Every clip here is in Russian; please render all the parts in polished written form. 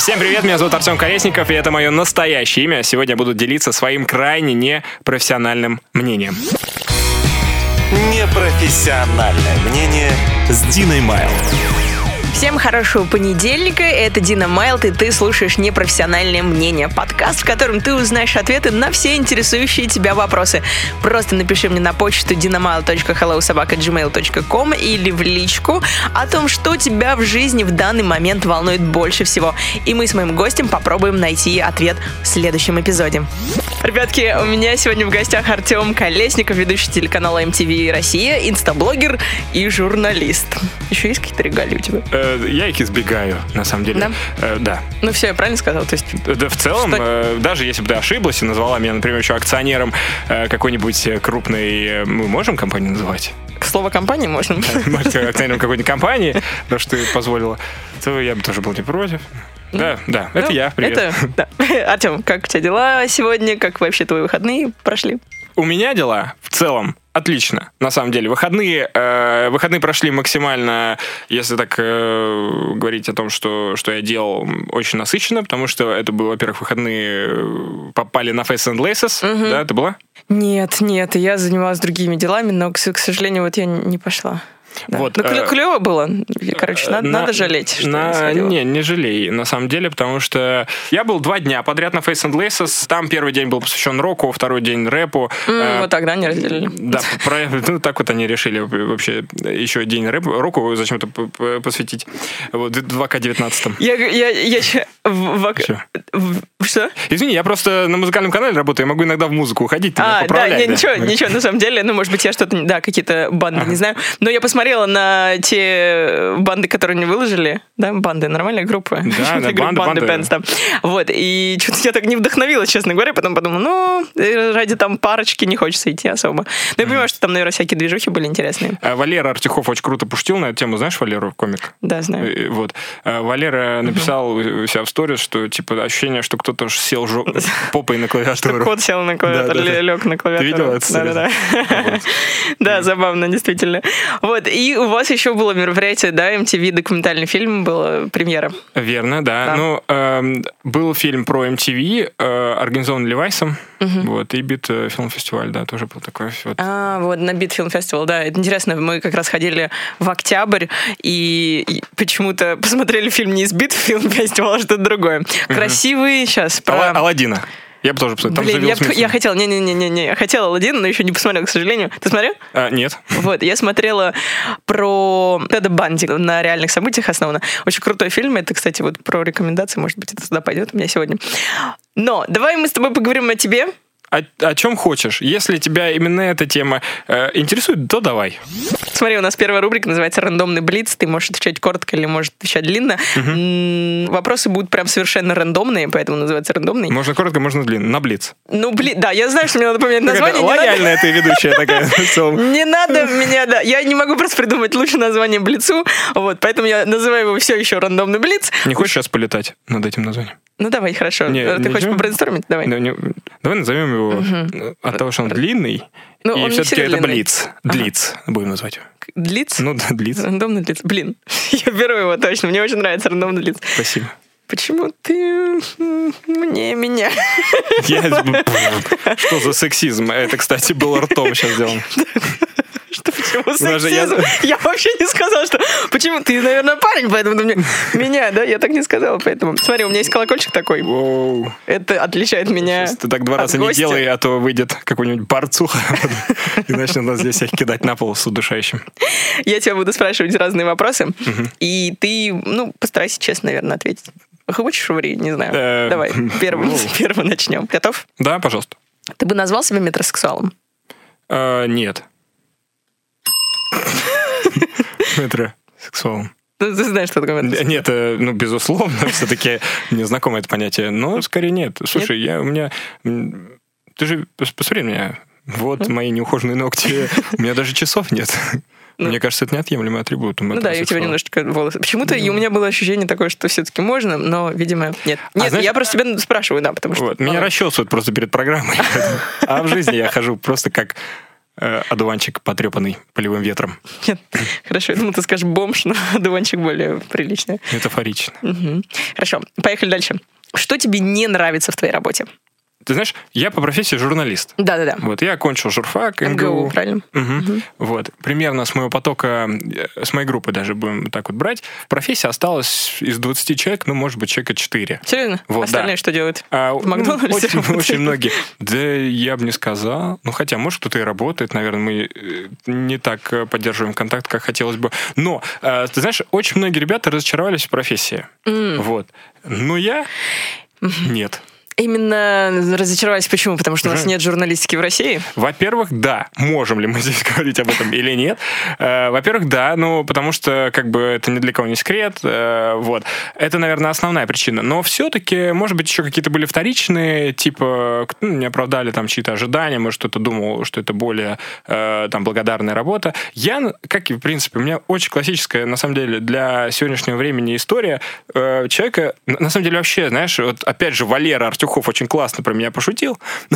Всем привет, меня зовут Артем Колесников, и это мое настоящее имя. Сегодня я буду делиться своим крайне непрофессиональным мнением. Непрофессиональное мнение с Диной Майл. Всем хорошего понедельника, это Дина Майлд, и ты слушаешь «Непрофессиональное мнение», подкаст, в котором ты узнаешь ответы на все интересующие тебя вопросы. Просто напиши мне на почту dinamail.hello@gmail.com или в личку о том, что тебя в жизни в данный момент волнует больше всего. И мы с моим гостем попробуем найти ответ в следующем эпизоде. Ребятки, у меня сегодня в гостях Артем Колесников, ведущий телеканала MTV Россия, инстаблогер и журналист. Еще есть какие-то регалии у тебя? Я их избегаю, на самом деле. Да? Да. Ну все, я правильно сказал? То есть... Да, в целом, даже если бы ты ошиблась и назвала меня, например, еще акционером какой-нибудь крупной... Мы можем компанию называть? Слово «компания» можно. Акционером какой-нибудь компании, то, что ты позволила, то я бы тоже был не против. Да, это я, привет. Артем, как у тебя дела сегодня? Как вообще твои выходные прошли? У меня дела в целом отлично, на самом деле. Выходные прошли максимально, если так говорить о том, что я делал, очень насыщенно, потому что это было, во-первых, выходные попали на Face and Laces. Да, ты была? Нет, я занималась другими делами, но, к сожалению, вот я не пошла. Да. Вот, ну, клево было. Короче, надо жалеть, что я не сходила. Не жалей, на самом деле, потому что я был 2 дня подряд на Face and Laces. Там первый день был посвящен року, второй день рэпу. Вот тогда они разделили. Да, так вот они решили вообще еще день року зачем-то посвятить. Вот, 2К19. Что? Извини, я просто на музыкальном канале работаю, я могу иногда в музыку уходить, ты меня поправляй. Ничего, на самом деле, может быть, я что-то, какие-то банды, не знаю, но я посмотрела на те банды, которые они выложили, да, банды, нормальная группа. Да, банды. Bands, да. Вот, и что-то я так не вдохновилась, честно говоря, потом подумала, ради там парочки не хочется идти особо. Но я понимаю, что там, наверное, всякие движухи были интересные. Валера Артюхов очень круто пошутил на эту тему, знаешь Валеру, комик? Да, знаю. Вот. Валера написал у себя в сторис, что, типа, ощущение, что кто-то сел попой на клавиатуру. Что кот сел на клавиатуру, лег на клавиатуру. Ты видела это? Да. Да, забавно, действительно. Вот, и у вас еще было мероприятие, да, MTV документальный фильм, была премьера. Верно, да. Ну, был фильм про MTV, организован Левайсом, вот, и Бит фильм-фестиваль, да, тоже был такой. Вот. Вот, на Бит фильм-фестиваль, да, это интересно, мы как раз ходили в октябрь, и почему-то посмотрели фильм не из Бит фильм-фестиваля, а что-то другое. Красивый, сейчас, про... Аладдина. Я бы тоже посмотрел. Я хотела, я хотела «Аладдин», но еще не посмотрела, к сожалению. Ты смотрел? Нет. Вот, я смотрела про Теда Банди, на реальных событиях основано. Очень крутой фильм. Это, кстати, вот про рекомендации, может быть, это сюда пойдет у меня сегодня. Но давай мы с тобой поговорим о тебе. О чем хочешь. Если тебя именно эта тема интересует, то давай. Смотри, у нас первая рубрика называется «Рандомный блиц». Ты можешь отвечать коротко или можешь отвечать длинно. Вопросы будут прям совершенно рандомные, поэтому называется «Рандомный». Можно коротко, можно длинно. На блиц. Ну, да, я знаю, что мне надо поменять название. Лояльная ты ведущая такая. Не надо меня, да. Я не могу просто придумать лучшее название блицу, вот, поэтому я называю его все еще «Рандомный блиц». Не хочешь сейчас полетать над этим названием? Ну, давай, хорошо. Ты хочешь побрейнстормить? Давай. Давай назовем его от того, что он длинный, и все-таки это блиц. Длиц будем назвать его. Длиц? Ну да, длиц. Рандомный длиц. Блин, я беру его точно. Мне очень нравится рандомный длиц. Спасибо. Почему ты мне меня? Что за сексизм? Это, кстати, был ртом сейчас сделан. Что, почему сексизм? Я вообще не сказала, что... Почему? Ты, наверное, парень, поэтому ты меня, да? Я так не сказала, поэтому... Смотри, у меня есть колокольчик такой. Воу. Это отличает меня Ты так 2 раза не делай, а то выйдет какой-нибудь борцуха и начнет нас здесь всех кидать на пол с удушающим. Я тебя буду спрашивать разные вопросы, и ты, постарайся честно, наверное, ответить. Хочешь, Шури? Не знаю. Давай, первым начнем. Готов? Да, пожалуйста. Ты бы назвал себя метросексуалом? Нет. Метросексуалом. Ты знаешь, что такое метросексуал? Нет, безусловно, все-таки мне знакомо это понятие, но скорее нет. Слушай, ты же посмотри на меня. Вот мои неухоженные ногти. У меня даже часов нет. Мне кажется, это неотъемлемый атрибут. Да, и у тебя немножечко волосы. Почему-то и у меня было ощущение такое, что все-таки можно, но, видимо, нет. Нет, я просто тебя спрашиваю, да, потому что... Меня расчесывают просто перед программой. А в жизни я хожу просто как одуванчик, потрепанный полевым ветром. Нет, хорошо, я думал, ты скажешь бомж, но одуванчик более приличный. Метафорично. Хорошо, поехали дальше. Что тебе не нравится в твоей работе? Ты знаешь, я по профессии журналист. Да-да-да. Вот, я окончил журфак, МГУ, правильно. Вот, примерно с моего потока, с моей группы даже будем так вот брать, в профессии осталось из 20 человек, ну, может быть, человека 4. Серьезно? Вот, остальные да. что делают? В Макдональдсе очень многие. Да, я бы не сказал. Ну, хотя, может, кто-то и работает, наверное, мы не так поддерживаем контакт, как хотелось бы. Но, ты знаешь, очень многие ребята разочаровались в профессии. Вот. Но я... Нет. Именно разочаровались. Почему? Потому что у нас нет журналистики в России? Во-первых, да. Можем ли мы здесь говорить об этом или нет? Во-первых, да. Ну, потому что, как бы, это ни для кого не секрет. Вот. Это, наверное, основная причина. Но все-таки, может быть, еще какие-то были вторичные, типа, не оправдали там чьи-то ожидания, может, кто-то думал, что это более там благодарная работа. Я, как и, в принципе, у меня очень классическая, на самом деле, для сегодняшнего времени история человека, на самом деле, вообще, знаешь, вот опять же, Валера Артюхов очень классно про меня пошутил.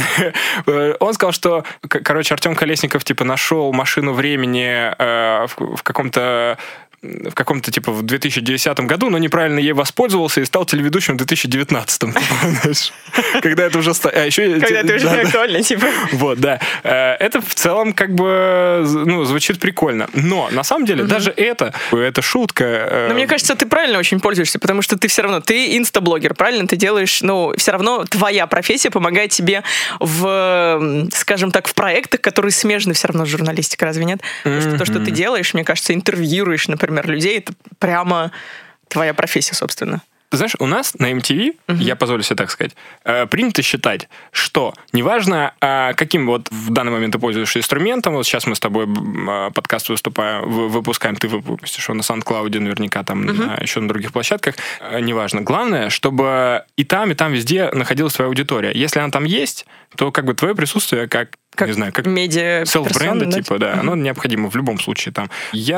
Он сказал, что, короче, Артем Колесников, типа, нашел машину времени в каком-то типа в 2010 году, но неправильно ей воспользовался и стал телеведущим в 2019. Когда это уже... Когда это уже не актуально, типа. Вот, да. Это в целом как бы звучит прикольно. Но на самом деле даже это шутка. Но мне кажется, ты правильно очень пользуешься, потому что ты все равно, ты инстаблогер, правильно? Ты делаешь, все равно твоя профессия помогает тебе в, скажем так, в проектах, которые смежны все равно с журналистикой, разве нет? Потому что то, что ты делаешь, мне кажется, интервьюируешь, например, людей, это прямо твоя профессия, собственно. Ты знаешь, у нас на MTV, я позволю себе так сказать, принято считать, что неважно, каким вот в данный момент ты пользуешься инструментом, вот сейчас мы с тобой подкаст выпускаем, ты выпустишь его на SoundCloud наверняка, там, еще на других площадках, неважно. Главное, чтобы и там везде находилась твоя аудитория. Если она там есть, то как бы твое присутствие как не знаю, как селф-бренда, типа, да, оно необходимо в любом случае там. Я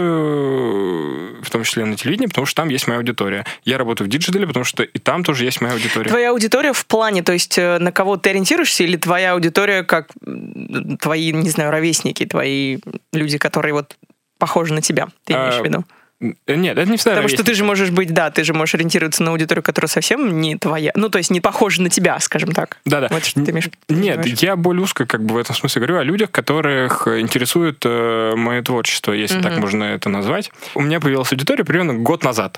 работаю в том числе на телевидении, потому что там есть моя аудитория. Я работаю в диджитале, потому что и там тоже есть моя аудитория. Твоя аудитория в плане, то есть на кого ты ориентируешься, или твоя аудитория как твои, не знаю, ровесники, твои люди, которые вот похожи на тебя, ты имеешь в виду? Нет, это не всегда. Потому что ты же можешь быть, ты же можешь ориентироваться на аудиторию, которая совсем не твоя, ну, то есть не похожа на тебя, скажем так. Да-да. Вот что ты имеешь. Нет, я более узко как бы в этом смысле говорю о людях, которых интересует мое творчество, если так можно это назвать. У меня появилась аудитория примерно год назад.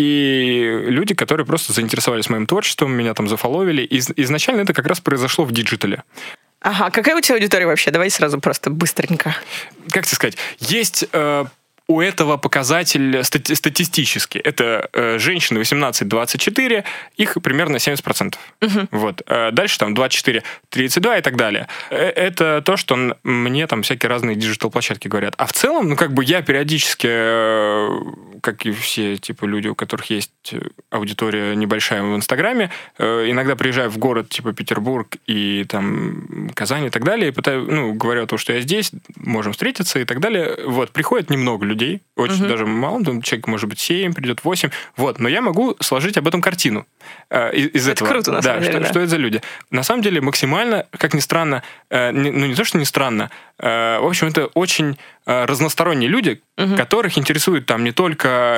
И люди, которые просто заинтересовались моим творчеством, меня там зафоловили. Изначально это как раз произошло в диджитале. Ага, какая у тебя аудитория вообще? Давай сразу просто быстренько. Как тебе сказать? Есть... У этого показатель статистически. Это женщины 18-24, их примерно 70%. Вот. Дальше там 24-32 и так далее. Это то, что мне там всякие разные диджитал-площадки говорят. А в целом, как бы я периодически, как и все типа люди, у которых есть аудитория небольшая в Инстаграме, иногда приезжаю в город типа Петербург и там Казань и так далее, и говорю о том, что я здесь, можем встретиться и так далее. Вот. Приходит немного людей, очень даже мало, там человек, может быть, 7, придет 8, вот, но я могу сложить об этом картину из этого. Это круто, на самом деле, что это за люди. На самом деле, максимально, как ни странно, не то, что не странно, в общем, это очень разносторонние люди, которых интересуют там не только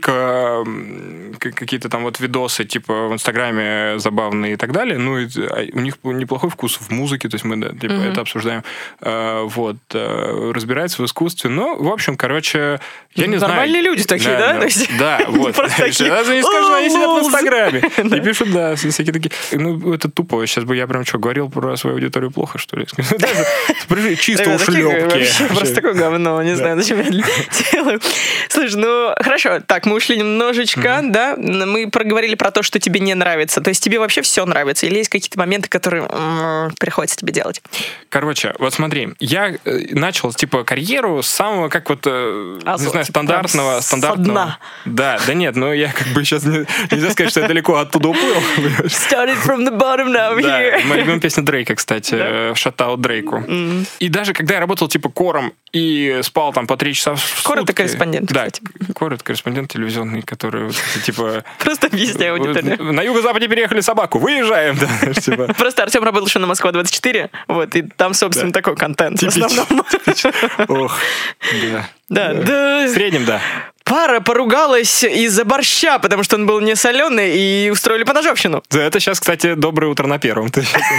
какие-то там вот видосы, типа в Инстаграме забавные и так далее, ну, у них неплохой вкус в музыке, то есть мы это обсуждаем, вот, разбираются в искусстве, но, в общем, короче, я не знаю. Нормальные люди такие, да? Да, вот. Даже не скажу, они сидят в Инстаграме и пишут, да, всякие такие. Ну, это тупо. Сейчас бы я прям говорил про свою аудиторию плохо, что ли? Чисто ушлепки. Просто такое говно, не знаю, зачем я делаю. Слушай, ну, хорошо. Так, мы ушли немножечко, да? Мы проговорили про то, что тебе не нравится. То есть тебе вообще все нравится? Или есть какие-то моменты, которые приходится тебе делать? Короче, вот смотри, я начал, типа, карьеру с самого, как вот, не знаю, стандартного. Со дна. Да нет, но я как бы сейчас нельзя сказать, что я далеко оттуда уплыл. Started from the bottom, now I'm here. Моя любимая песня Дрейка, кстати, «Shout-out Дрейку». И даже когда я работал, типа, кором и спал там по 3 часа в сутки... Кор — это корреспондент, да, кстати. Кор — это корреспондент телевизионный, который, типа, типа... Просто объясняю аудитории. На юго-западе переехали собаку, выезжаем, да, типа. Просто Артем работал еще на Москва-24, вот, и там, собственно, такой контент в основном. Ох, да. Да. В среднем, да. Пара поругалась из-за борща, потому что он был не соленый, и устроили поножовщину. Да, это сейчас, кстати, доброе утро на первом.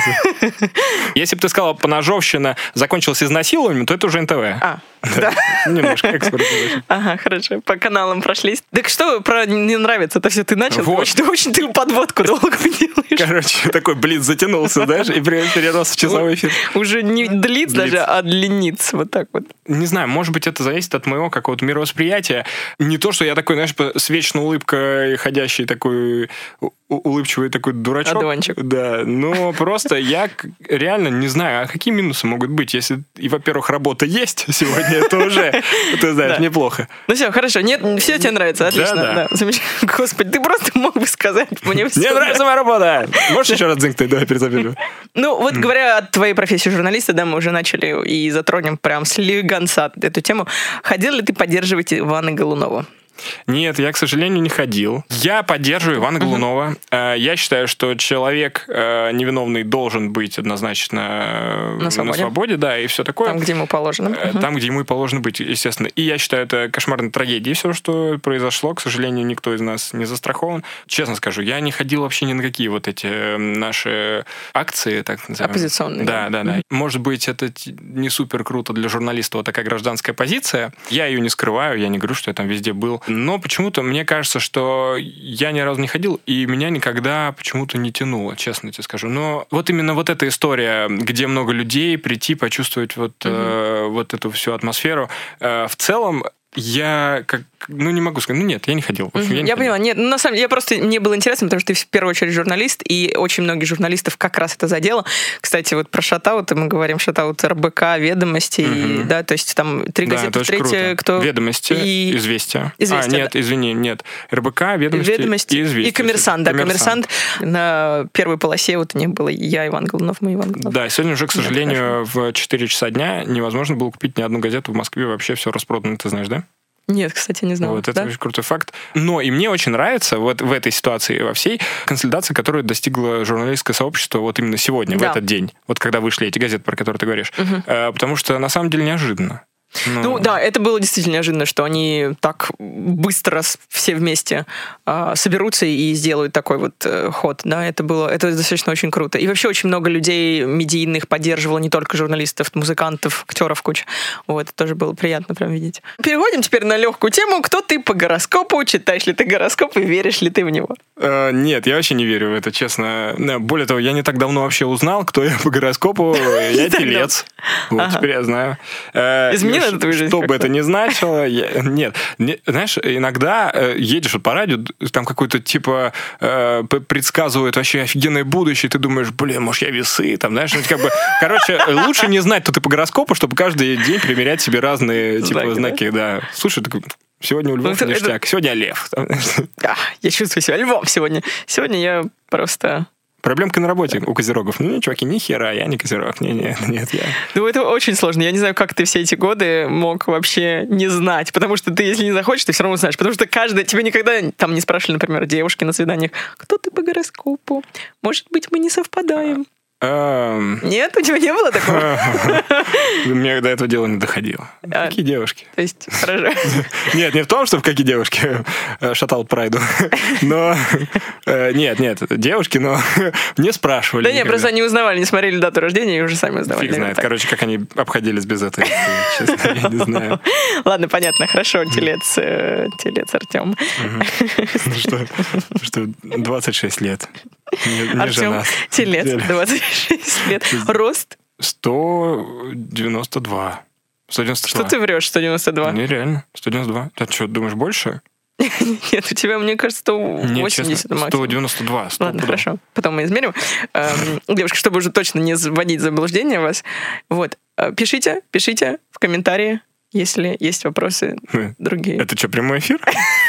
Если бы ты сказала, поножовщина закончилась изнасилованием, то это уже НТВ. Да. Немножко экспорт. Ага, хорошо. По каналам прошлись. Так что про не нравится? Это все ты начал? Вот. Ты подводку долго делаешь. Короче, такой блиц затянулся, знаешь, и перерос в часовой эфир. Уже не длиц даже, а длинниц. Вот так вот. Не знаю, может быть, это зависит от моего какого-то мировосприятия. Не то, что я такой, знаешь, с вечной улыбкой ходящий такой улыбчивый такой дурачок. Одуванчик. Да, но просто я реально не знаю, а какие минусы могут быть, если, и, во-первых, работа есть сегодня, это уже, ты знаешь, неплохо. Ну все, хорошо, нет, все тебе нравится, отлично. Да. Замечательно. Господи, ты просто мог бы сказать мне все. Мне нравится моя работа! Можешь еще раз дзынькнуть, давай перезапишем. Ну, вот говоря о твоей профессии журналиста, да, мы уже начали и затронем прям слегонца эту тему. Ходил ли ты поддерживать Ивана Голунова? Нет, я, к сожалению, не ходил. Я поддерживаю Ивана Голунова. Я считаю, что человек невиновный должен быть однозначно на свободе, да, и все такое. Там, где ему положено. Там, где ему и положено быть, естественно. И я считаю, это кошмарной трагедией все, что произошло. К сожалению, никто из нас не застрахован. Честно скажу, я не ходил вообще ни на какие вот эти наши акции, так называемые. Оппозиционные. Да. Может быть, это не супер круто для журналиста, вот такая гражданская позиция. Я ее не скрываю, я не говорю, что я там везде был. Но почему-то мне кажется, что я ни разу не ходил, и меня никогда почему-то не тянуло, честно тебе скажу. Но вот именно вот эта история, где много людей, прийти, почувствовать вот эту всю атмосферу, в целом я не могу сказать. Нет, я не ходил. В общем, я поняла. Нет, на самом деле, мне было интересно, потому что ты в первую очередь журналист, и очень многих журналистов как раз это задело. Кстати, вот про шатауты мы говорим, шатаут РБК, Ведомости, да, то есть там 3 газеты, третья, кто... Ведомости, Известия. Известия. Нет. РБК, Ведомости и Известия. И Коммерсант, да, Коммерсант. На первой полосе вот у них было я, Иван Голунов, мы Иван Голунов. Да, сегодня уже, к сожалению, в 4 часа дня невозможно было купить ни одну газету в Москве, вообще все распродано, ты знаешь, да? Нет, кстати, не знала. Вот, это очень крутой факт. Но и мне очень нравится вот в этой ситуации, во всей консолидации, которую достигло журналистское сообщество вот именно сегодня, в этот день, вот когда вышли эти газеты, про которые ты говоришь. Потому что на самом деле неожиданно. Ну да, это было действительно неожиданно, что они так быстро все вместе соберутся и сделают такой вот ход. Да, это достаточно очень круто. И вообще очень много людей медийных поддерживало, не только журналистов, музыкантов, актеров куча. Вот, это тоже было приятно прям видеть. Переходим теперь на легкую тему. Кто ты по гороскопу? Читаешь ли ты гороскоп и веришь ли ты в него? Нет, я вообще не верю в это, честно. Более того, я не так давно вообще узнал, кто я по гороскопу. Я телец. Вот, теперь я знаю. Изменило это твою жизнь? Что бы это ни значило. Нет. Знаешь, иногда едешь по радио, там какой-то типа предсказывают вообще офигенное будущее, ты думаешь, может, я весы, там, знаешь, короче, лучше не знать, кто ты по гороскопу, чтобы каждый день примерять себе разные типа знаки, да. Слушай, такой... Сегодня у Львов ништяк, сегодня Лев. Я чувствую себя львом сегодня. Сегодня я просто... Проблемка на работе у козерогов. Чуваки, ни хера, я не козерог. Нет, я... Ну, это очень сложно. Я не знаю, как ты все эти годы мог вообще не знать. Потому что ты, если не захочешь, ты все равно знаешь. Потому что тебя никогда там не спрашивали, например, девушки на свиданиях, кто ты по гороскопу? Может быть, мы не совпадаем? Нет, у тебя не было такого? Мне до этого дела не доходило. Какие девушки? То есть, хорошо. Нет, не в том, что в какие девушки шатал прайду. Но, нет, девушки, но не спрашивали. Да нет, просто они узнавали, не смотрели дату рождения и уже сами узнавали. Фиг знает. Короче, как они обходились без этого, честно, я не знаю. Ладно, понятно, хорошо, телец Артем. Что 26 лет. Не Артем, телец, 26 лет. Рост? 192. 192. Что ты врешь, 192? Нереально, 192. Ты что, думаешь, больше? Нет, у тебя, мне кажется, 180 максимум. 192. Ладно, хорошо. Потом мы измерим. Девушки, чтобы уже точно не вводить в заблуждение вас, вот, пишите в комментарии, если есть вопросы другие. Это что, прямой эфир?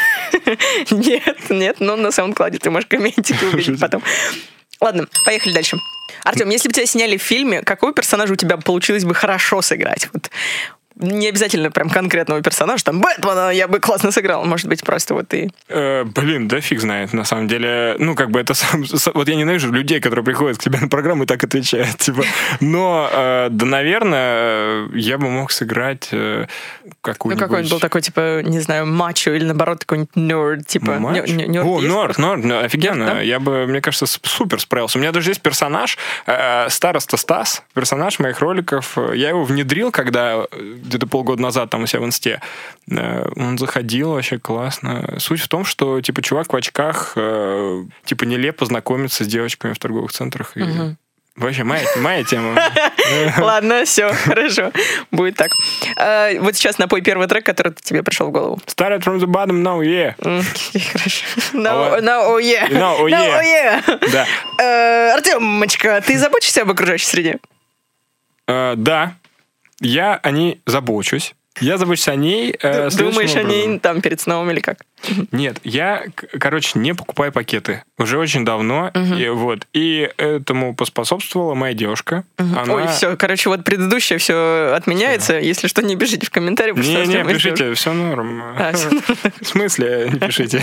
Нет, но на SoundCloud ты можешь комментики увидеть потом. Ладно, поехали дальше. Артем, если бы тебя сняли в фильме, какого персонажа у тебя получилось бы хорошо сыграть? Вот Не обязательно прям конкретного персонажа, там, Бэтмена я бы классно сыграл, может быть, просто вот ты. Блин, да фиг знает, на самом деле. Ну, как бы это вот я ненавижу людей, которые приходят к тебе на программу и так отвечают, типа. Но, да, наверное, я бы мог сыграть какую-нибудь... Ну, какой-нибудь был такой, типа, не знаю, мачо или, наоборот, какой-нибудь нерд, типа... Нерд, офигенно. Да? Я бы, мне кажется, супер справился. У меня даже есть персонаж, староста Стас, персонаж моих роликов. Я его внедрил, когда где-то полгода назад там у себя в инсте. Он заходил вообще классно. Суть в том, что, типа, чувак в очках, типа, нелепо знакомится с девочками в торговых центрах. И... Вообще, моя тема. Ладно, все, хорошо. Будет так. Вот сейчас напой первый трек, который тебе пришел в голову. Started from the bottom, now yeah. Хорошо. Now oh yeah. Now oh yeah. Да. Артемочка, ты заботишься об окружающей среде? Да. Я о ней забочусь. Я забочусь о ней. Думаешь о ней там перед сном или как? Нет, я, короче, не покупаю пакеты. Уже очень давно. И этому поспособствовала моя девушка. Она... Ой, все, короче, вот предыдущее все отменяется. Если что, не пишите в комментариях. Не, пишите, все норм. В смысле, не пишите?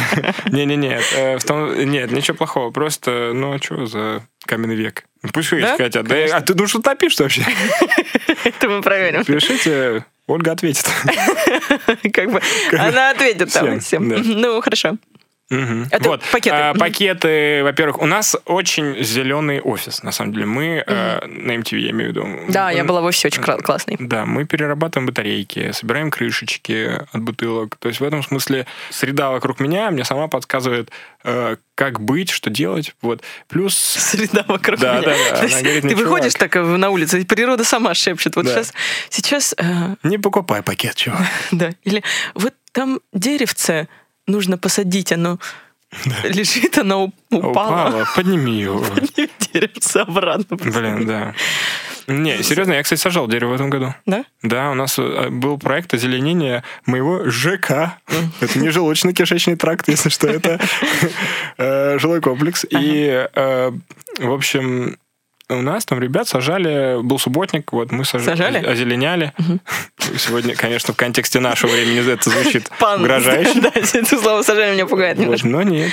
Нет, ничего плохого. Просто, ну, а что за каменный век? Пусть хотят. А ты думаешь, утопишь вообще? Это мы проверим. Пишите... Ольга ответит. Как бы она ответит там всем. Ну, хорошо. Это вот. Пакеты, во-первых, у нас очень зеленый офис, на самом деле. Мы на MTV, я имею в виду. Да, я была в офисе очень классный. Да, мы перерабатываем батарейки, собираем крышечки от бутылок. То есть в этом смысле среда вокруг меня мне сама подсказывает, как быть, что делать. Вот. Плюс... Среда вокруг меня. Да. Она говорит, ты выходишь так на улицу, и природа сама шепчет. Вот сейчас... Не покупай пакет, чувак. Да. Или вот там деревце нужно посадить, оно лежит, оно упало. Подними его. Подними деревце обратно. Блин, да. Не, серьезно, я, кстати, сажал дерево в этом году. Да? Да, у нас был проект озеленения моего ЖК. Это не желудочно-кишечный тракт, если что, это жилой комплекс. И, в общем... У нас там ребят сажали, был субботник, вот мы сажали? Озеленяли. Сегодня, конечно, в контексте нашего времени это звучит угрожающе. Да, это слово «сажали» меня пугает немножко. Но нет.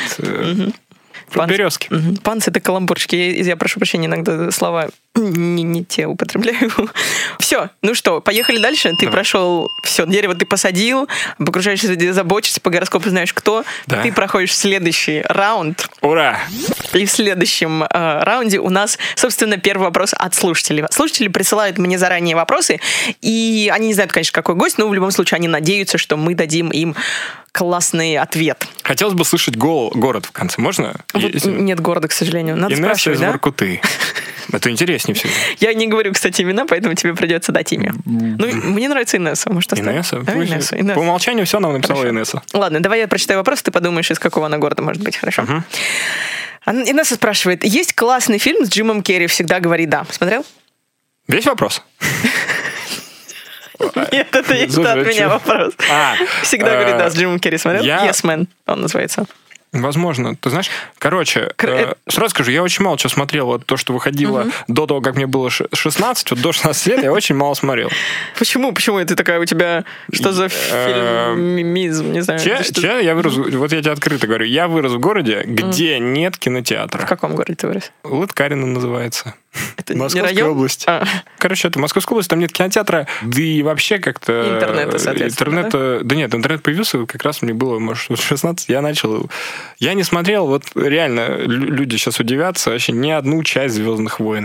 Березки. Панцы — это каламбурчики. Я прошу прощения, иногда слова не те употребляю. Все, ну что, поехали дальше. Ты прошел все, дерево ты посадил, об окружающей среде заботишься, по гороскопу знаешь кто. Да. Ты проходишь следующий раунд. Ура! И в следующем раунде у нас, собственно, первый вопрос от слушателей. Слушатели присылают мне заранее вопросы, и они не знают, конечно, какой гость, но в любом случае они надеются, что мы дадим им классный ответ. Хотелось бы слышать город в конце. Можно? Вот нет города, к сожалению. Надо Инесса спрашивать, из Воркуты. Это интереснее всего. Я не говорю, кстати, имена, поэтому тебе придется дать имя. Ну, мне нравится Инесса. Может, Инесса? Инесса. По умолчанию все нам написала Инесса. Ладно, давай я прочитаю вопрос, ты подумаешь, из какого она города может быть. Хорошо? Инесса спрашивает. Есть классный фильм с Джимом Керри «Всегда говори да». Смотрел? Весь вопрос? Нет, это есть от меня вопрос. «Всегда говори да» с Джимом Керри смотрел? Yes Man он называется. Возможно. Ты знаешь, короче, сразу скажу, я очень мало чего смотрел. Вот то, что выходило до того, как мне было 16, вот до 16 лет я очень мало смотрел. Почему? Почему это такая у тебя... Что за фильмизм? Не знаю. Я вырос... Вот я тебе открыто говорю. Я вырос в городе, где нет кинотеатра. В каком городе ты вырос? Лыткарино называется. Это Московская область. Короче, это Московская область, там нет кинотеатра, да и вообще как-то... Интернета, соответственно. Да нет, интернет появился, как раз мне было, может, 16, я начал... Я не смотрел, вот реально, люди сейчас удивятся, вообще ни одну часть «Звездных войн».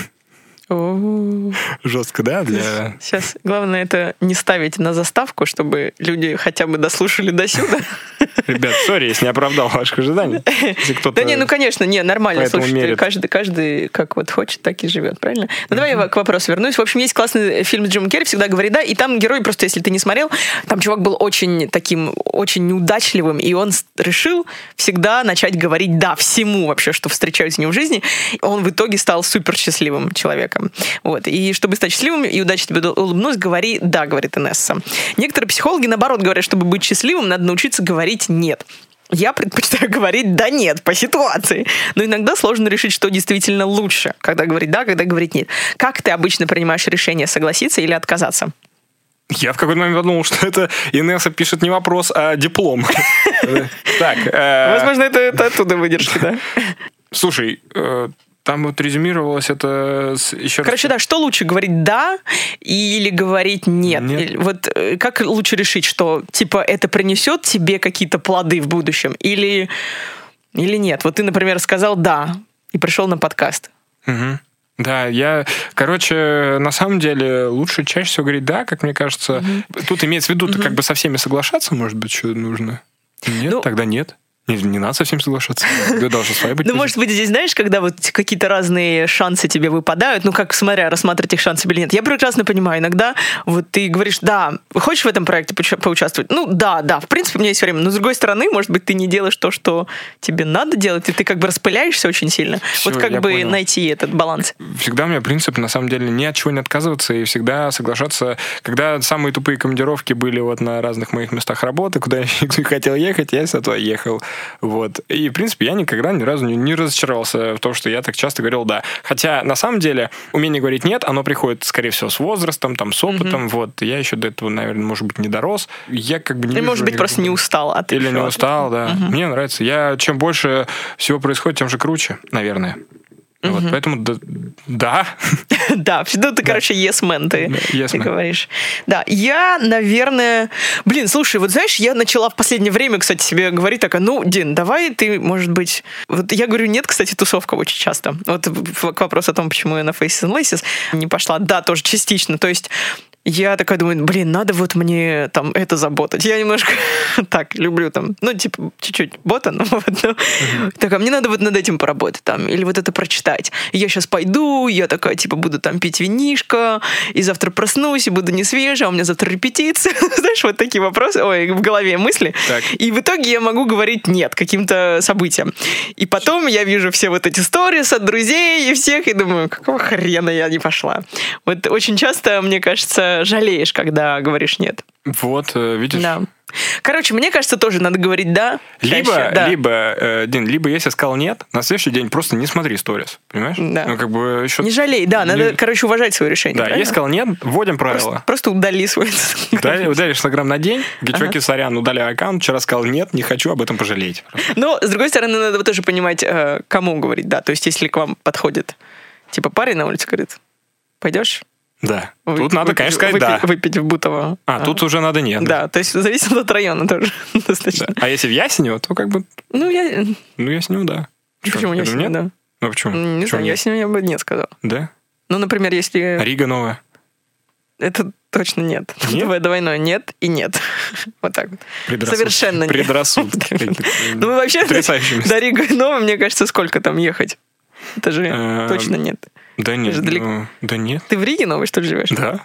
Жестко, да? Сейчас главное это не ставить на заставку, чтобы люди хотя бы дослушали до сюда. Ребят, сори, если не оправдал ваших ожиданий. Да не, ну конечно, не, нормально, слушайте, каждый как вот хочет, так и живет, правильно? Ну давай я к вопросу вернусь. В общем, есть классный фильм с Джимом Керри «Всегда говори да», и там герой, просто если ты не смотрел, там чувак был очень таким, очень неудачливым, и он решил всегда начать говорить да всему вообще, что встречается с ним в жизни. Он в итоге стал супер счастливым человеком. Вот. И чтобы стать счастливым и удачно тебе улыбнусь, говори «да», говорит Инесса. Некоторые психологи, наоборот, говорят, чтобы быть счастливым, надо научиться говорить «нет». Я предпочитаю говорить «да», «нет» по ситуации. Но иногда сложно решить, что действительно лучше, когда говорить «да», когда говорить «нет». Как ты обычно принимаешь решение, согласиться или отказаться? Я в какой-то момент подумал, что это Инесса пишет не вопрос, а диплом. Так. Возможно, это оттуда выдержки, да? Слушай, там вот резюмировалось это еще раз. Короче, да, что лучше, говорить «да» или говорить «нет»? Нет. Вот как лучше решить, что, типа, это принесет тебе какие-то плоды в будущем или нет? Вот ты, например, сказал «да» и пришел на подкаст. Угу. Да, на самом деле, лучше чаще всего говорить «да», как мне кажется. Тут имеется в виду, как бы со всеми соглашаться, может быть, что нужно? Нет, тогда нет. Не надо со всем соглашаться. Должна своя быть. Ну, может быть, здесь, знаешь, когда вот какие-то разные шансы тебе выпадают, ну, как, смотря, рассматривать их шансы или нет. Я прекрасно понимаю, иногда вот ты говоришь, да, хочешь в этом проекте поучаствовать? Ну, да, в принципе, у меня есть время. Но, с другой стороны, может быть, ты не делаешь то, что тебе надо делать, и ты как бы распыляешься очень сильно. Всё, вот как бы понял. найти этот баланс. Всегда у меня принцип, на самом деле, ни от чего не отказываться и всегда соглашаться. Когда самые тупые командировки были вот на разных моих местах работы, куда я не хотел ехать, я с этого ехал. Вот. И, в принципе, я никогда ни разу не разочаровался в том, что я так часто говорил «да». Хотя, на самом деле, умение говорить «нет», оно приходит, скорее всего, с возрастом, там, с опытом. Вот. Я еще до этого, наверное, может быть, не дорос. Я как бы не Или, вижу может быть, просто не устал. Или не устал, да. Мне нравится. Чем больше всего происходит, тем же круче, наверное. Вот, поэтому да. Да, всегда ты, короче, yes-man, ты Yes-man. говоришь. Да, я, наверное... Блин, слушай, вот знаешь, я начала в последнее время, кстати, себе говорить такая, ну, Дин, давай ты, может быть... Вот я говорю нет, кстати, тусовка очень часто. Вот к вопросу о том, почему я на Faces and Laces не пошла. Да, тоже частично. То есть я такая думаю, блин, надо вот мне там это заботать. Я немножко так люблю там, ну, типа, чуть-чуть бота, но вот, ну, такая, мне надо вот над этим поработать там, или вот это прочитать. И я сейчас пойду, я такая, типа, буду там пить винишко, и завтра проснусь, и буду не свежая, а у меня завтра репетиция. Знаешь, вот такие вопросы, в голове мысли. Так. И в итоге я могу говорить нет каким-то событиям. И потом я вижу все вот эти сторис от друзей и всех, и думаю, какого хрена я не пошла. Вот очень часто, мне кажется, жалеешь, когда говоришь нет. Вот, видишь? Да. Короче, мне кажется, тоже надо говорить «да». Либо если сказал «нет», на следующий день просто не смотри сторис, понимаешь? Да. Ну, как бы еще... Не жалей, да, надо, короче, уважать свое решение. Да, правильно? если сказал «нет», вводим правила. Просто удали свой... Удали Инстаграм на день, чуваки, сорян, удаляю аккаунт, вчера сказал «нет», не хочу, об этом пожалеть. Но, с другой стороны, надо тоже понимать, кому говорить «да». То есть, если к вам подходит, типа, парень на улице говорит, пойдешь? Да. Тут надо, конечно, сказать «да». Выпить в Бутово. Тут уже надо «нет». Да, то есть зависит от района тоже достаточно. Да. А если в Ясенево, то как бы... Ну, Ясенево, да. Почему Ясенево, да? Ну, почему? Не знаю, Ясенево я бы нет сказал. Да? Ну, например, если... Рига новая. Это точно нет. Нет? Двойное нет и нет. Вот так вот. Совершенно нет. Предрассудки. Ну, вообще, Потрясающие места. до Риги новой, мне кажется, сколько там ехать? Это же точно нет. Да нет. Это же далеко. Да нет. Ты в Риге новой, что ли, живешь? Да.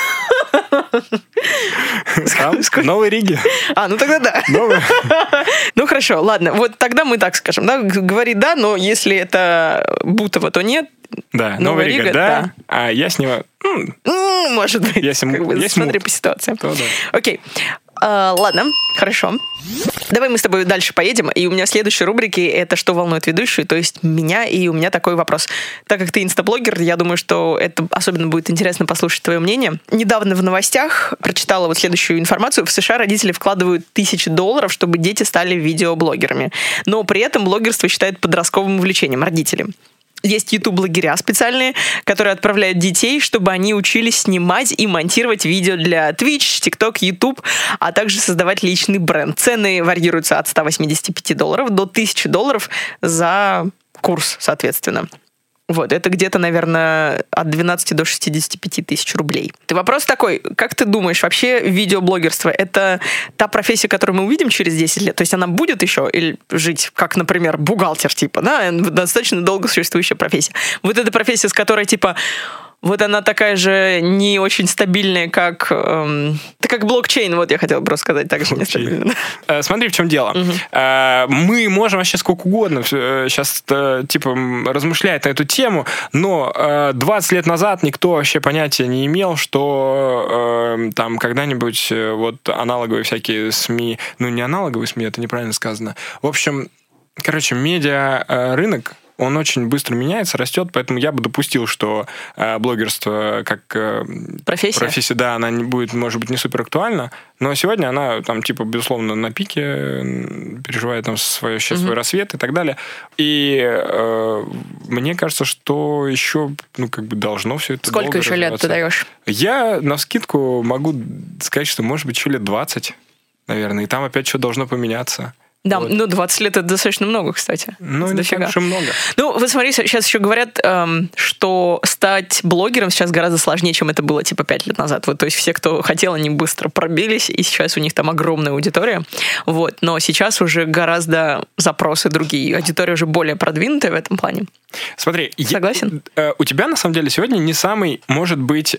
В Новой Риге. Ну тогда да. Ну хорошо, ладно. Вот тогда мы так скажем. Да? Говори «да», но если это Бутово, то нет. Да, Новая Рига, да. А Яснево... Может быть. Есть смотри по ситуации. Да. Окей. Ладно, хорошо. Давай мы с тобой дальше поедем. И у меня в следующей рубрике это «Что волнует ведущую?», то есть меня, и у меня такой вопрос. Так как ты инстаблогер, я думаю, что это особенно будет интересно послушать твое мнение. Недавно в новостях прочитала вот следующую информацию. В США родители вкладывают $1000, чтобы дети стали видеоблогерами. Но при этом блогерство считают подростковым увлечением родителям. Есть YouTube-блогеря специальные, которые отправляют детей, чтобы они учились снимать и монтировать видео для Twitch, TikTok, YouTube, а также создавать личный бренд. Цены варьируются от $185 до $1000 за курс, соответственно. Вот, это где-то, наверное, от 12 до 65 тысяч рублей. Вопрос такой, как ты думаешь, вообще видеоблогерство — это та профессия, которую мы увидим через 10 лет? То есть она будет еще или жить, как, например, бухгалтер, типа, да, достаточно долго существующая профессия. Вот эта профессия, с которой, типа, вот она такая же не очень стабильная, как... Это как блокчейн, вот я хотела просто сказать, так же нестабильно. Смотри, в чем дело. Мы можем вообще сколько угодно сейчас типа размышлять на эту тему, но 20 лет назад никто вообще понятия не имел, что там когда-нибудь вот аналоговые всякие СМИ, ну не аналоговые СМИ, это неправильно сказано. В общем, короче, медиа рынок он очень быстро меняется, растет, поэтому я бы допустил, что блогерство как профессия, да, она не будет, может быть, не супер актуальна, но сегодня она там, типа, безусловно, на пике, переживает там свой рассвет и так далее. И мне кажется, что еще, ну, как бы должно все это Сколько еще лет ты даешь? Я навскидку могу сказать, что, может быть, еще лет 20, наверное, и там опять что должно поменяться. Да, вот. Ну 20 лет это достаточно много, кстати. Ну, не так уж и много. Ну, вот смотри, сейчас еще говорят, что стать блогером сейчас гораздо сложнее, чем это было типа 5 лет назад. Вот, то есть все, кто хотел, они быстро пробились, и сейчас у них там огромная аудитория. Вот, но сейчас уже гораздо запросы другие. Аудитория уже более продвинутая в этом плане. Смотри, согласен? У тебя, на самом деле, сегодня не самый, может быть,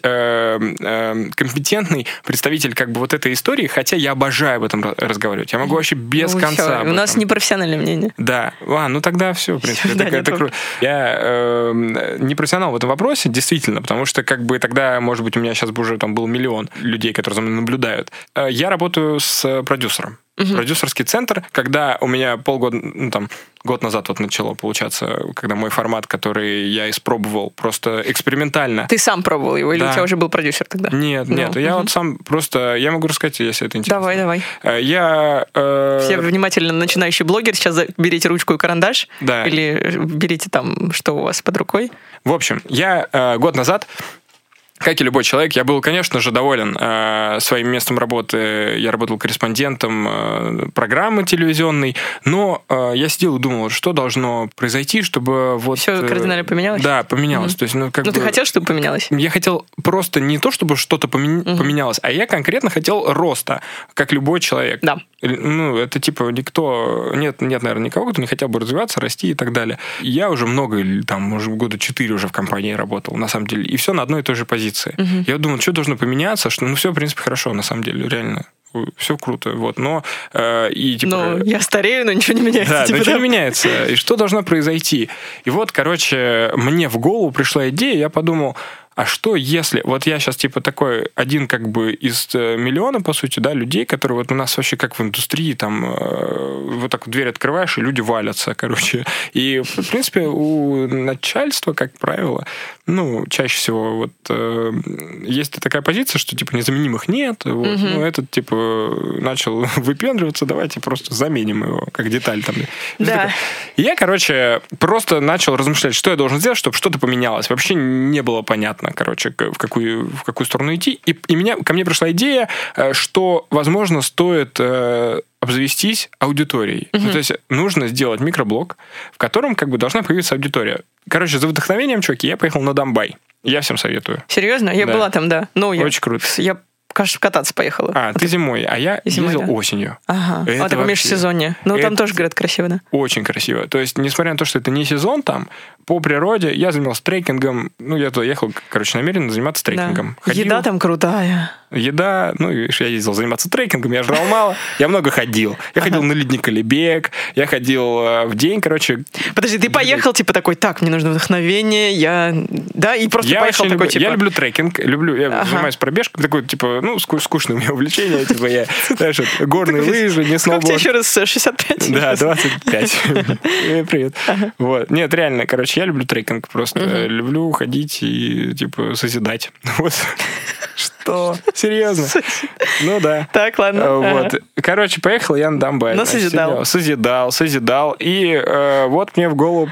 компетентный представитель как бы вот этой истории, хотя я обожаю об этом разговаривать. Я могу вообще без конца. У нас непрофессиональное мнение. Да. Ну тогда все, в принципе. Это круто. Я не профессионал в этом вопросе, действительно, потому что как бы тогда, может быть, у меня сейчас бы уже там был миллион людей, которые за мной наблюдают. Я работаю с продюсером. Продюсерский центр, когда у меня полгода, ну там, год назад вот начало получаться, когда мой формат, который я испробовал просто экспериментально. Ты сам пробовал его, или у тебя уже был продюсер тогда? Нет. Я вот сам просто, я могу рассказать, если это интересно. Давай. Я... Все внимательно начинающие блогеры, сейчас берите ручку и карандаш, да. Или берите там, что у вас под рукой. В общем, я год назад, как и любой человек, я был, конечно же, доволен своим местом работы. Я работал корреспондентом программы телевизионной, но я сидел и думал, что должно произойти, чтобы вот... Все кардинально поменялось? Да, поменялось. То есть, ты хотел, чтобы поменялось? Я хотел просто не то, чтобы что-то поменялось, а я конкретно хотел роста, как любой человек. Да. Ну, это типа никто... Нет, наверное, никого, кто не хотел бы развиваться, расти и так далее. Я уже много, там, может, года 4 уже в компании работал, на самом деле. И все на одной и той же позиции. Я думал, что должно поменяться, что, ну, все, в принципе, хорошо, на самом деле, реально. Все круто, вот, но... я старею, но ничего не меняется. Да, ничего не меняется. И что должно произойти? И вот, короче, мне в голову пришла идея, я подумал, а что если... Вот я сейчас типа такой один как бы из миллиона, по сути, да, людей, которые вот у нас вообще как в индустрии, там вот так вот дверь открываешь, и люди валятся, короче. И, в принципе, у начальства, как правило, ну, чаще всего вот есть такая позиция, что типа незаменимых нет, вот, ну, этот типа начал выпендриваться, давайте просто заменим его, как деталь там. Да. И я, короче, просто начал размышлять, что я должен сделать, чтобы что-то поменялось. Вообще не было понятно, короче, в какую сторону идти. И ко мне пришла идея, что, возможно, стоит обзавестись аудиторией. Ну, то есть нужно сделать микроблог, в котором как бы должна появиться аудитория. Короче, за вдохновением, чуваки, я поехал на Домбай. Я всем советую. Серьезно? Я была там, да. Очень круто. Я, кажется, кататься поехала. Ты зимой, а я ездил осенью. Ага. Это в межсезонье. Ну, там тоже, говорят, красиво, да? Очень красиво. То есть, несмотря на то, что это не сезон там, по природе я занимался трекингом. Ну, я туда ехал, короче, намеренно заниматься трекингом. Да. Еда там крутая. Еда, ну, видишь, я ездил заниматься трекингом, я жрал мало, я много ходил. Я ходил на ледник Алибек, я ходил в день, короче... Подожди, ты поехал, типа, такой, так, мне нужно вдохновение, да, и просто поехал такой, типа... Я люблю трекинг, я занимаюсь пробежкой, такой, типа, ну, скучное у меня увлечение, типа, я, знаешь, горные лыжи, не сноуборд. Как тебе еще раз 65? Да, 25. Привет. Вот. Нет, реально, короче, я люблю трекинг, просто люблю ходить и, типа, созидать. Вот. Что? Серьезно? Ну да. Так, ладно. Вот. Короче, поехал я на Домбай. Но созидал. Созидал. И вот мне в голову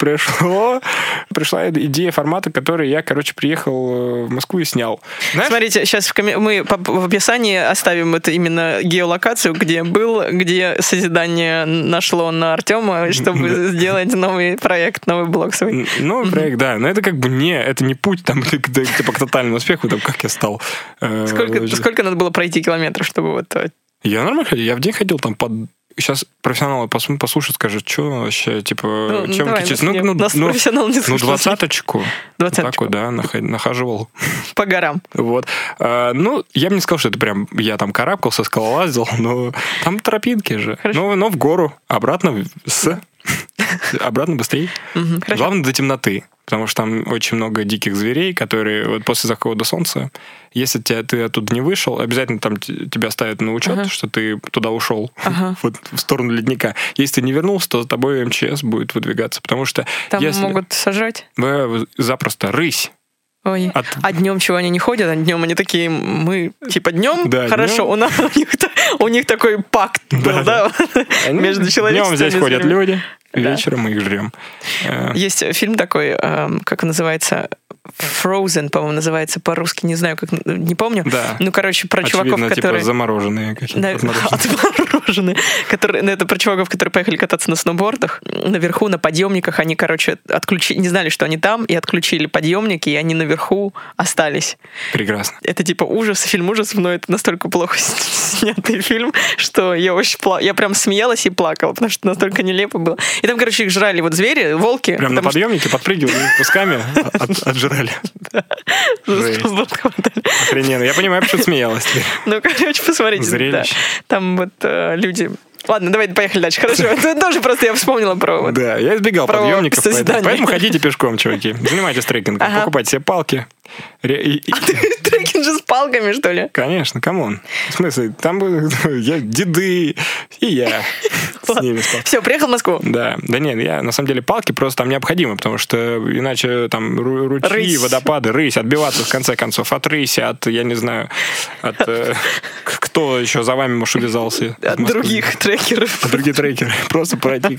пришла идея формата, который я, короче, приехал в Москву и снял. Знаешь? Смотрите, сейчас мы в описании оставим это именно геолокацию, где был, где созидание нашло на Артема, чтобы сделать новый проект, новый блог свой. Новый проект, да. Но это как бы это не путь там, типа, к тотальному успеху, там, как я стал. Сколько надо было пройти километров, чтобы вот... Я нормально ходил, я в день ходил там под... Сейчас профессионалы послушают, скажут, что вообще, типа, чем отличается? Нас профессионал не слушает. 20-очку. 20-очку. Так вот, да, нахаживал. По горам. Вот. Ну, я бы не сказал, что это прям я там карабкался, скалолазил, но там тропинки же. Но в гору, обратно с... обратно быстрее. Главное, до темноты. Потому что там очень много диких зверей, которые вот после захода солнца, если ты оттуда не вышел, обязательно там тебя ставят на учет, что ты туда ушел, вот в сторону ледника. Если ты не вернулся, то за тобой МЧС будет выдвигаться. Потому что там могут сажать? Запросто. Рысь. Ой. А днем чего они не ходят? А днем они такие, мы типа днем? Да, хорошо, днем. У них такой пакт был, да? Между человечеством. Днем здесь ходят люди, вечером мы их жрем. Есть фильм такой, как он называется, Frozen, по-моему, называется по-русски, не знаю, как, не помню. Да. Ну, короче, про очевидно, чуваков, которые... типа замороженные какие-то. Отмороженные. Это про чуваков, которые поехали кататься на сноубордах. Наверху, на подъемниках, они, короче, не знали, что они там, и отключили подъемники, и они наверху остались. Прекрасно. Это типа фильм ужасов, но это настолько плохо снятый фильм, что я прям смеялась и плакала, потому что настолько нелепо было. И там, короче, их жрали вот звери, волки. Прям на подъемнике подпрыгивали кусками, отжирали. Охрененно. Я понимаю, почему смеялась. Ну, короче, посмотрите. Зрелище. Там вот люди... Ладно, давайте поехали дальше. Хорошо. Это тоже просто я вспомнила про... Да, я избегал подъемников, поэтому ходите пешком, чуваки. Занимайтесь трекингом, покупайте себе палки. А ты трекинг же с палками, что ли? Конечно, камон. В смысле, там деды и я с ними спал. Все, приехал в Москву? Да. Да нет, я на самом деле палки просто там необходимы, потому что иначе там ручьи, водопады, рысь, отбиваться в конце концов от рыси, от, я не знаю, от... Кто еще за вами, может, увязался? От других трекеров. От других трекеров. Просто пройти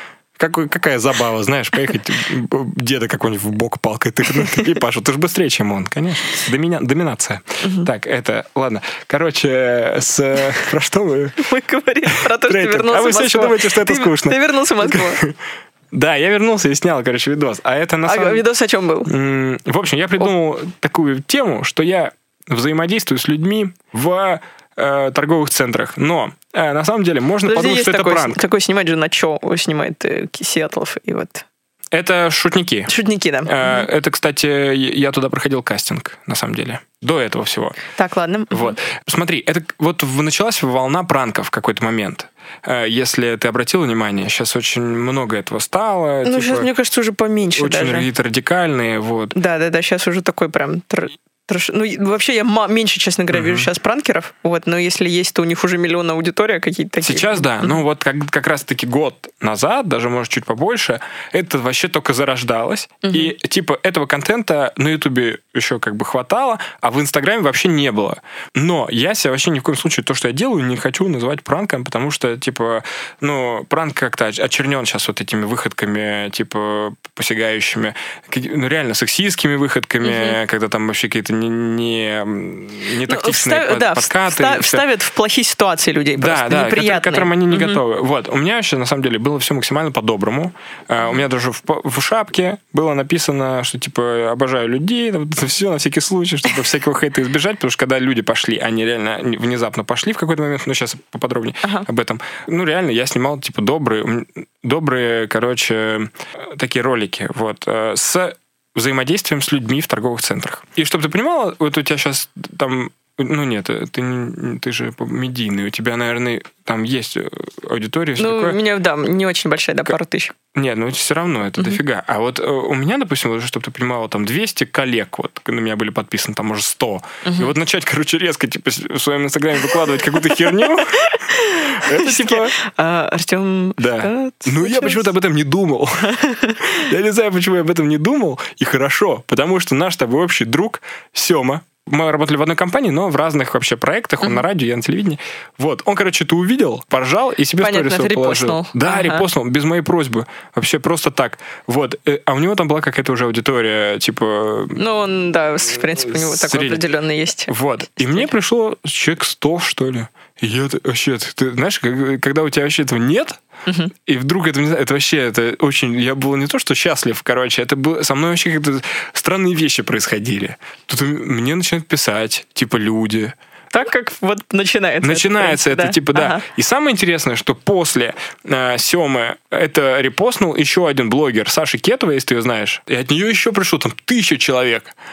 какая забава, знаешь, поехать деда какой-нибудь в бок палкой тыкнуть и Пашу, ты же быстрее, чем он, конечно. Доминация. Так, ладно. Короче, про что мы? Мы говорим про то, что ты вернулся в Москву. А вы все еще думаете, что это скучно. Ты вернулся в Москву. Да, я вернулся и снял, короче, видос. А это на самом... видос о чем был? В общем, я придумал такую тему, что я взаимодействую с людьми в торговых центрах. Но на самом деле можно подумать, что это пранк. Такой снимает же на чё снимает Сиэтлов и вот. Это шутники. Шутники, да. Это, кстати, я туда проходил кастинг, на самом деле. До этого всего. Так, ладно. Вот. Смотри, это вот началась волна пранков в какой-то момент. Если ты обратил внимание, сейчас очень много этого стало. Ну, сейчас, мне кажется, уже поменьше очень даже. Очень радикальные, вот. Да, сейчас уже такой прям... Ну, вообще, я меньше, честно говоря, вижу сейчас пранкеров, вот, но если есть, то у них уже миллион аудитория какие-то такие. Сейчас, да, ну вот как раз-таки год назад, даже, может, чуть побольше, это вообще только зарождалось, и типа этого контента на Ютубе еще как бы хватало, а в Инстаграме вообще не было. Но я себя вообще ни в коем случае то, что я делаю, не хочу называть пранком, потому что, типа, ну, пранк как-то очернен сейчас вот этими выходками, типа, посягающими, ну, реально сексистскими выходками, когда там вообще какие-то не тактичные подкаты. Вставят в плохие ситуации людей просто, неприятные. К которым они не готовы. Вот. У меня вообще, на самом деле, было все максимально по-доброму. У меня даже в шапке было написано, что, типа, обожаю людей, все на всякий случай, чтобы всякого хейта избежать, потому что когда люди пошли, они реально внезапно пошли в какой-то момент, ну, сейчас поподробнее об этом. Ну, реально, я снимал, типа, добрые, короче, такие ролики, вот, с взаимодействием с людьми в торговых центрах. И чтобы ты понимала, вот у тебя сейчас там... Ну нет, ты же медийный, у тебя, наверное, там есть аудитория. Ну, такое. У меня, да, не очень большая, да, пару тысяч. Нет, ну все равно, это дофига. А вот у меня, допустим, уже, чтобы ты понимала, там 200 коллег вот на меня были подписаны, там, может, 100. И вот начать, короче, резко, типа, в своем инстаграме выкладывать какую-то херню, это типа... Артем... Да. Ну, я почему-то об этом не думал. Я не знаю, почему я об этом не думал. И хорошо, потому что наш с тобой общий друг Сёма, мы работали в одной компании, но в разных вообще проектах, он на радио, я на телевидении. Вот, он, короче, это увидел, поржал и себе понятно, сторис положил. Да, репостнул, без моей просьбы. Вообще просто так. Вот. А у него там была какая-то уже аудитория, типа... Ну, он, да, в принципе, у него такой определенный есть. Вот. И мне пришло человек 100, что ли. И я вообще, ты знаешь, когда у тебя вообще этого нет, и вдруг это вообще, это очень... Я был не то, что счастлив, короче, это было... Со мной вообще какие-то странные вещи происходили. Тут мне начинают писать, типа, люди. Так как вот начинается. Начинается это, типа, да. И самое интересное, что после Семы это репостнул еще один блогер, Саша Кетова, если ты ее знаешь. И от нее еще пришло там 1000 человек.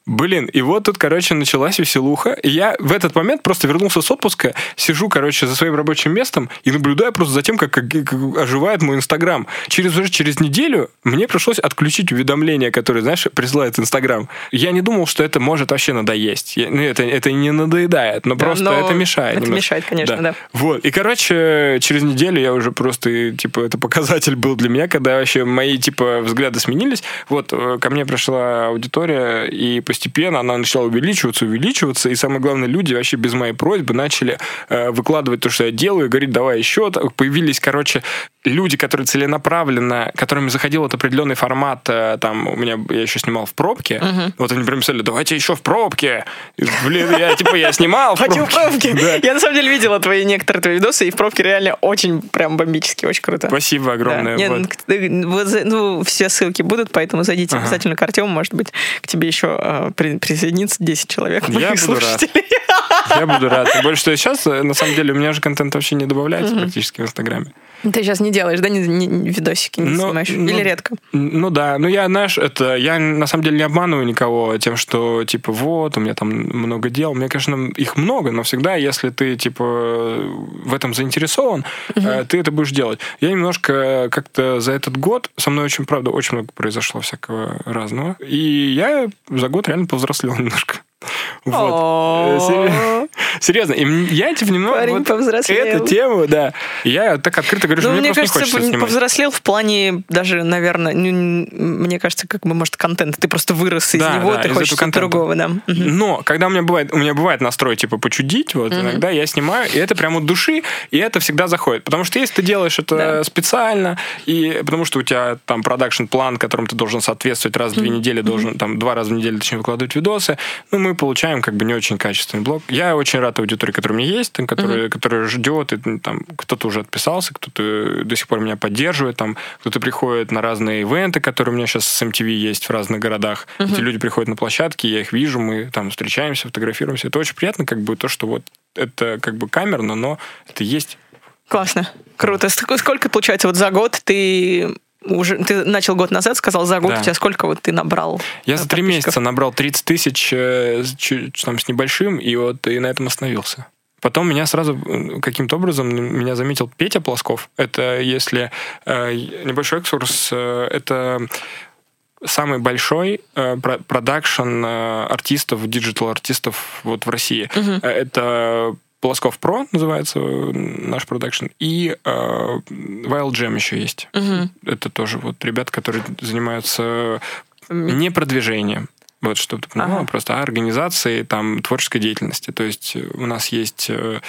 Блин, и вот тут, короче, началась веселуха. И я в этот момент просто вернулся с отпуска, сижу, короче, за своим рабочим местом и наблюдаю просто за тем, как оживает мой Инстаграм. Через неделю мне пришлось отключить уведомления, которые, знаешь, присылает Инстаграм. Я не думал, что это может вообще надоесть. Это не надоедает, но просто это мешает. Это мешает, конечно, да. Вот. И, короче, через неделю я уже просто, типа, это показатель был для меня, когда вообще мои, типа, взгляды сменились. Вот, ко мне пришла аудитория, и постепенно она начала увеличиваться, и самое главное, люди вообще без моей просьбы начали выкладывать то, что я делаю, и говорить, давай еще. Появились, короче, люди, которые целенаправленно, которыми заходил вот определенный формат, там, я еще снимал в пробке, вот они прям писали, давайте еще в пробке. И, блин, я снимал в пробке. Хочу в пробке. Да. Я, на самом деле, видела некоторые твои видосы, и в пробке реально очень прям бомбически, очень круто. Спасибо огромное. Да. Вот. Все ссылки будут, поэтому зайдите обязательно к Артему, может быть, к тебе еще присоединится 10 человек. Я буду рад. Я буду рад. Тем более, что сейчас, на самом деле, у меня же контент вообще не добавляется практически в Инстаграме. Ты сейчас не делаешь, да, видосики не снимаешь? Или редко? Ну да, я, знаешь, я на самом деле не обманываю никого тем, что, типа, вот, у меня там много дел. У меня, конечно, их много, но всегда, если ты, типа, в этом заинтересован, ты это будешь делать. Я немножко как-то за этот год, со мной очень, правда, очень много произошло всякого разного, и я за год реально повзрослел немножко. Вот. Серьезно. И я, типа, немного... Парень повзрослел. Эту тему, да. Я так открыто говорю, что мне просто не хочется снимать. Повзрослел в плане даже, наверное, мне кажется, как бы, может, контент. Ты просто вырос из него, ты хочешь что-то другого, да. Но, когда у меня бывает настрой, типа, почудить, вот, иногда я снимаю, и это прямо от души, и это всегда заходит. Потому что если ты делаешь это специально, и потому что у тебя там продакшн-план, которому ты должен соответствовать раз в 2 недели, должен, там, 2 раза в неделю, точнее, выкладывать видосы, мы получаем как бы не очень качественный блог. Я очень рад аудитории, которая у меня есть, там, которая ждет, и, там, кто-то уже отписался, кто-то до сих пор меня поддерживает, там, кто-то приходит на разные ивенты, которые у меня сейчас с MTV есть в разных городах. Эти люди приходят на площадки, я их вижу, мы там встречаемся, фотографируемся. Это очень приятно, как бы, то, что вот это как бы камерно, но это есть. Классно. Круто. Сколько, получается, вот за год ты начал год назад, сказал, за год у тебя сколько вот ты набрал? Я за 3 месяца набрал 30 тысяч там, с небольшим, и на этом остановился. Потом меня сразу каким-то образом заметил Петя Плосков. Это, если небольшой экскурс, это самый большой продакшн артистов, диджитал-артистов вот в России. Это Плосков Про называется наш продакшн, и Wild Jam еще есть. Это тоже вот ребята, которые занимаются не продвижением, вот чтобы ты понимала, просто организацией там творческой деятельности. То есть у нас есть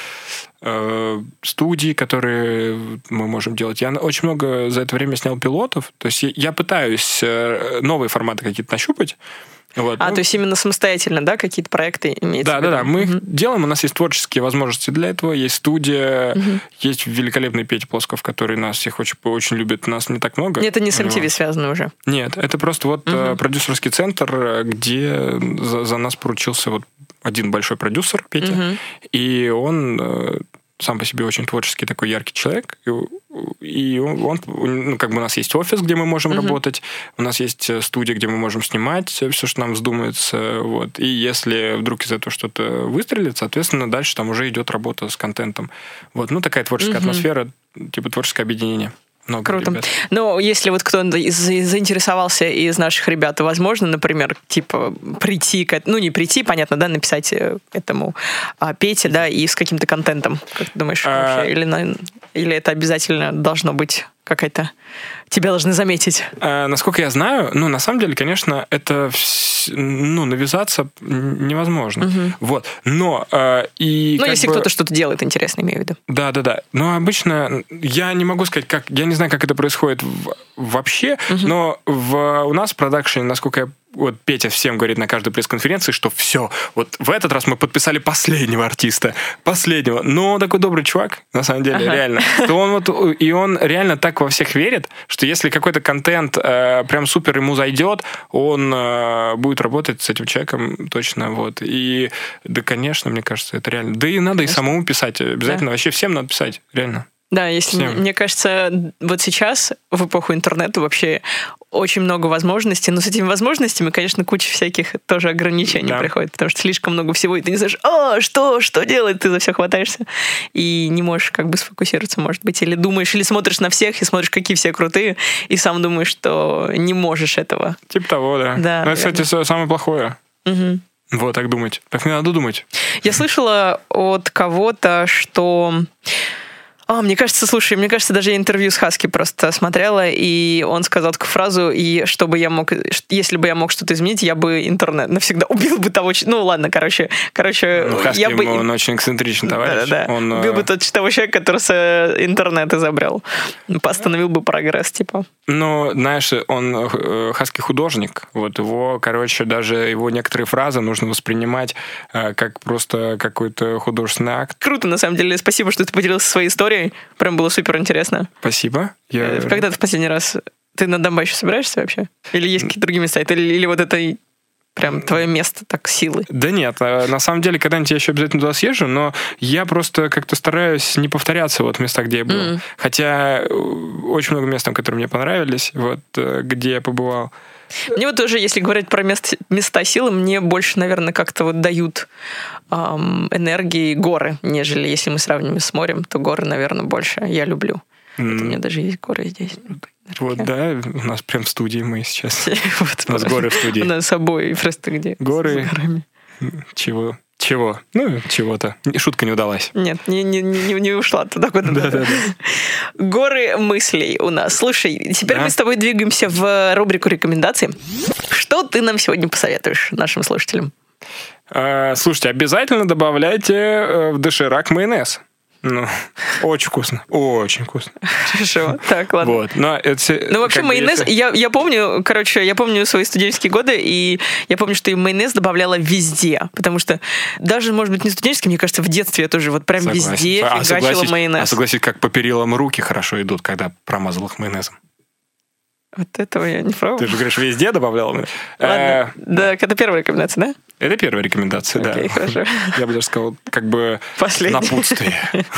студии, которые мы можем делать. Я очень много за это время снял пилотов. То есть я пытаюсь новые форматы какие-то нащупать. Вот. То есть именно самостоятельно, да, какие-то проекты имеются? Да. Мы их делаем, у нас есть творческие возможности для этого, есть студия, есть великолепный Петя Плосков, который нас всех очень любит, нас не так много. Это не с MTV связано уже? Нет, это просто вот продюсерский центр, где за нас поручился вот один большой продюсер, Петя, и он сам по себе очень творческий такой яркий человек, и он как бы у нас есть офис, где мы можем работать, у нас есть студия, где мы можем снимать все, что нам вздумается, вот, и если вдруг из этого что-то выстрелит, соответственно, дальше там уже идет работа с контентом. Вот, такая творческая атмосфера, типа творческое объединение. Много Круто. ребят. Но если вот кто-то заинтересовался из наших ребят, возможно, например, типа прийти, не прийти, понятно, да, написать этому Пете, да, и с каким-то контентом, как ты думаешь, вообще? Или это обязательно должно быть какая-то... Тебя должны заметить? Насколько я знаю, на самом деле, конечно, это навязаться невозможно. Вот. Но если кто-то что-то делает интересное, имею в виду. Да. Но обычно я не могу сказать, я не знаю, как это происходит вообще, но у нас в продакшене, насколько я вот Петя всем говорит на каждой пресс-конференции, что все, вот в этот раз мы подписали последнего артиста. Последнего. Но он такой добрый чувак, на самом деле, реально. И он реально так во всех верит, что если какой-то контент прям супер ему зайдет, он будет работать с этим человеком точно. Вот. И да, конечно, мне кажется, это реально. Да и надо и самому писать. Обязательно. Вообще всем надо писать. Реально. Да, мне кажется, вот сейчас, в эпоху интернета, вообще очень много возможностей, но с этими возможностями, конечно, куча всяких тоже ограничений приходит, потому что слишком много всего, и ты не знаешь, что делать, ты за все хватаешься, и не можешь как бы сфокусироваться, может быть, или думаешь, или смотришь на всех, и смотришь, какие все крутые, и сам думаешь, что не можешь этого. Типа того, да. Да, но это, кстати, самое плохое. Угу. Вот так думать. Так не надо думать. Я слышала от кого-то, что... мне кажется, даже я интервью с Хаски просто смотрела, и он сказал такую фразу, и если бы я мог что-то изменить, я бы интернет навсегда убил бы того... Хаски, я бы... он очень эксцентричный товарищ. Да. Он... Убил бы того человека, который интернет изобрел. Остановил бы прогресс, типа. Знаешь, он Хаски художник. Вот его, даже его некоторые фразы нужно воспринимать как просто какой-то художественный акт. Круто, на самом деле. Спасибо, что ты поделился своей историей. Прям было супер интересно. Спасибо. Когда ты в последний раз... Ты на Донбасс еще собираешься вообще? Или есть какие-то другие места? Или вот это прям твое место так силы? Да нет, на самом деле, когда-нибудь я еще обязательно туда съезжу, но я просто как-то стараюсь не повторяться в местах, где я был. Хотя очень много мест, которые мне понравились, где я побывал. Мне тоже, если говорить про места силы, мне больше, наверное, как-то дают энергии горы, нежели если мы сравним с морем, то горы, наверное, больше я люблю. У меня даже есть горы здесь. Да, у нас прям в студии мы сейчас. У нас горы в студии. У нас с собой просто где? Горы. Чего? Чего-то. Шутка не удалась. Нет, не ушла туда, куда надо. Горы мыслей у нас. Слушай, теперь мы с тобой двигаемся в рубрику рекомендаций. Что ты нам сегодня посоветуешь нашим слушателям? Слушайте, обязательно добавляйте в доширак майонез. Очень вкусно. Очень вкусно. Хорошо. Так, ладно. Вообще майонез... Я помню свои студенческие годы, и я помню, что я майонез добавляла везде. Потому что даже, может быть, не студенческий, мне кажется, в детстве я тоже прям везде фигачила майонез. Согласись, как по перилам руки хорошо идут, когда промазал их майонезом. Вот этого я не пробовала. Ты же говоришь, везде добавлял? Ладно. Да, это первая рекомендация, да? Это первая рекомендация, да. Окей, хорошо. Я бы даже сказал, напутствие.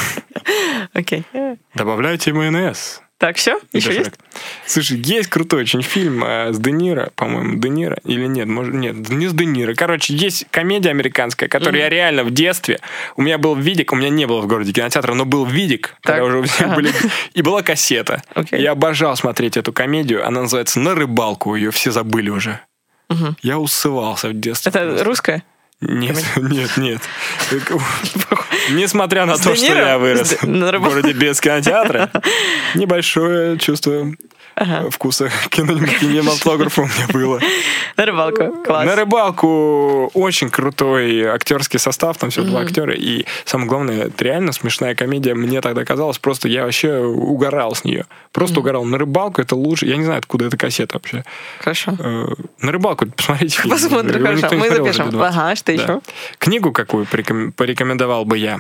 Окей. Добавляйте майонез. Так, все? Еще есть? Слушай, есть крутой очень фильм с Де Ниро, по-моему, Де Ниро, или нет, нет, не с Де Ниро. Короче, есть комедия американская, которую я реально в детстве, у меня был видик, у меня не было в городе кинотеатра, но был видик, когда уже у всех были, и была кассета. Я обожал смотреть эту комедию, она называется «На рыбалку», ее все забыли уже. Я усывался в детстве. Это русская? Нет. Несмотря на то, что я вырос в городе без кинотеатра, небольшое чувство вкуса кинематографа у меня было. На рыбалку, класс. На рыбалку очень крутой актерский состав, там все два актера, и самое главное, это реально смешная комедия, мне тогда казалось, просто я вообще угорал с нее. Просто угорал. На рыбалку это лучше, я не знаю, откуда эта кассета вообще. Хорошо. На рыбалку посмотрите фильм. Посмотрим, хорошо, мы запишем. Ага, что еще? Книгу какую порекомендовал бы я?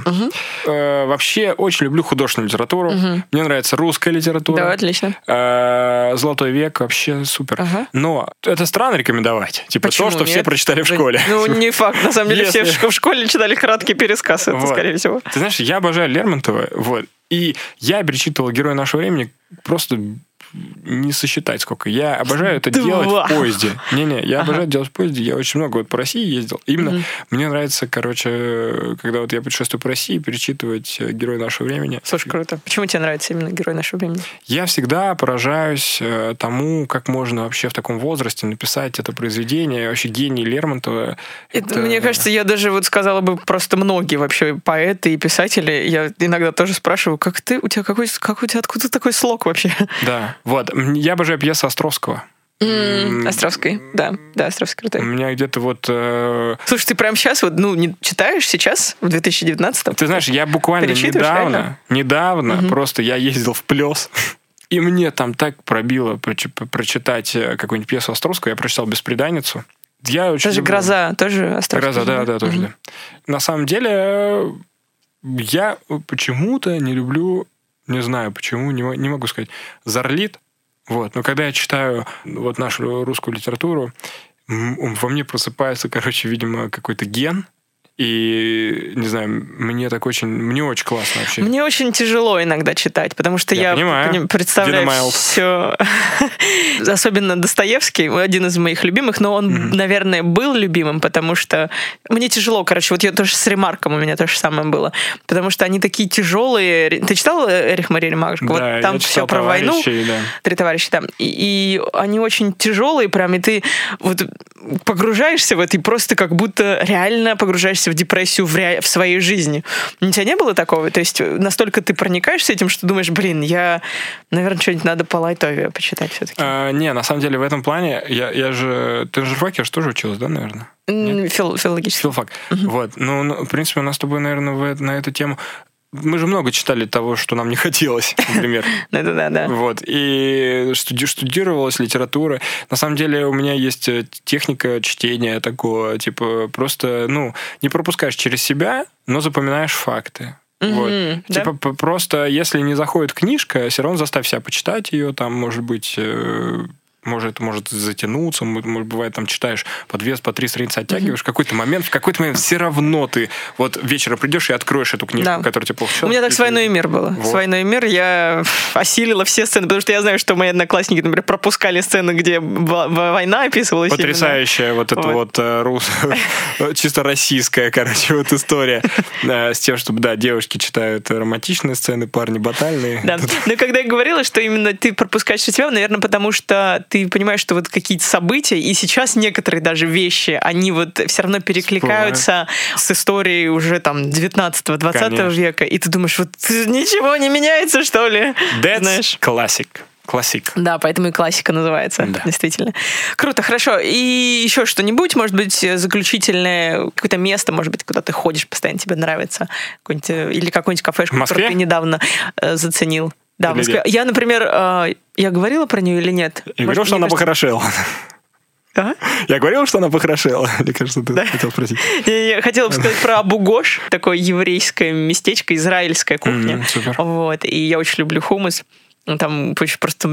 Вообще очень люблю художественную литературу. Мне нравится русская литература. Да, отлично. «Золотой век» вообще супер. Но это странно рекомендовать. Типа почему? То, что все прочитали в школе. Не факт. На самом деле все в школе читали краткий пересказ. Это, скорее всего. Ты знаешь, я обожаю Лермонтова. И я перечитывал «Героя нашего времени» просто не сосчитать сколько. Я обожаю это делать в поезде. Я обожаю делать в поезде. Я очень много по России ездил. Именно мне нравится, когда я путешествую по России, перечитывать «Герой нашего времени». Слушай, круто. Почему тебе нравится именно «Герой нашего времени»? Я всегда поражаюсь тому, как можно вообще в таком возрасте написать это произведение. Вообще гений Лермонтова. Мне кажется, я даже сказала бы, просто многие вообще поэты и писатели, я иногда тоже спрашиваю, откуда такой слог вообще? Да. Я обожаю пьесу Островского. Островской, да, Островский крутой. У меня где-то Слушай, ты прям сейчас не читаешь сейчас, в 2019-м? Ты знаешь, я буквально недавно просто я ездил в Плёс, и мне там так пробило прочитать какую-нибудь пьесу Островского, я прочитал «Бесприданницу». Тоже «Гроза», тоже Островский. «Гроза», да, тоже, да. На самом деле, я почему-то не люблю, не знаю почему, не могу сказать, Зарлит. Но когда я читаю нашу русскую литературу, во мне просыпается, видимо, какой-то ген, И, не знаю, мне очень классно вообще. Мне очень тяжело иногда читать, потому что я представляю все. Особенно Достоевский, один из моих любимых, но он, наверное, был любимым, потому что мне тяжело, вот я тоже с Ремарком у меня то же самое было, потому что они такие тяжелые. Ты читал Эрих Мария Ремарк? Да, вот там все про войну. Да. «Три товарища» там. И они очень тяжелые прям, и ты вот погружаешься в это, и просто как будто реально погружаешься в депрессию в своей жизни. У тебя не было такого? То есть настолько ты проникаешься этим, что думаешь, наверное, что-нибудь надо по лайтове почитать все-таки. Не, на самом деле в этом плане ты же журфаке тоже училась, да, наверное? Филологический. Филфак. Вот. Ну, в принципе, у нас с тобой, наверное, на эту тему... Мы же много читали того, что нам не хотелось, например. Да. Вот. И студировалась литература. На самом деле у меня есть техника чтения такого, типа просто, не пропускаешь через себя, но запоминаешь факты. Вот. Да? Типа просто, если не заходит книжка, все равно заставь себя почитать ее, там, может быть... может затянуться, бывает, там читаешь по 2, по 3 страницы оттягиваешь, в какой-то момент все равно ты вот вечером придешь и откроешь эту книжку, которая тебе плохо читала. У меня так с «Войной и мир» было. Вот. С «Войной и мир» я осилила все сцены, потому что я знаю, что мои одноклассники, например, пропускали сцены, где война описывалась. Потрясающая чисто российская, вот история с тем, чтобы, девушки читают романтичные сцены, парни батальные. Да. Но когда я говорила, что именно ты пропускаешь через себя, наверное, потому что ты понимаешь, что вот какие-то события, и сейчас некоторые даже вещи, они вот все равно перекликаются с историей уже там 19-20 века, и ты думаешь, вот ничего не меняется, что ли? That's классик. Да, поэтому и классика называется, действительно. Круто, хорошо. И еще что-нибудь, может быть, заключительное, какое-то место, может быть, куда ты ходишь, постоянно тебе нравится, или какую-нибудь кафешку, которую ты недавно заценил. Да, в Москве. Я, например, я говорила про нее или нет? Я говорил, что она похорошела. Я говорил, что она похорошела. Мне кажется, ты хотел спросить. Я хотела бы сказать про Абу-Гош, такое еврейское местечко, израильская кухня. Вот. И я очень люблю хумус. Там просто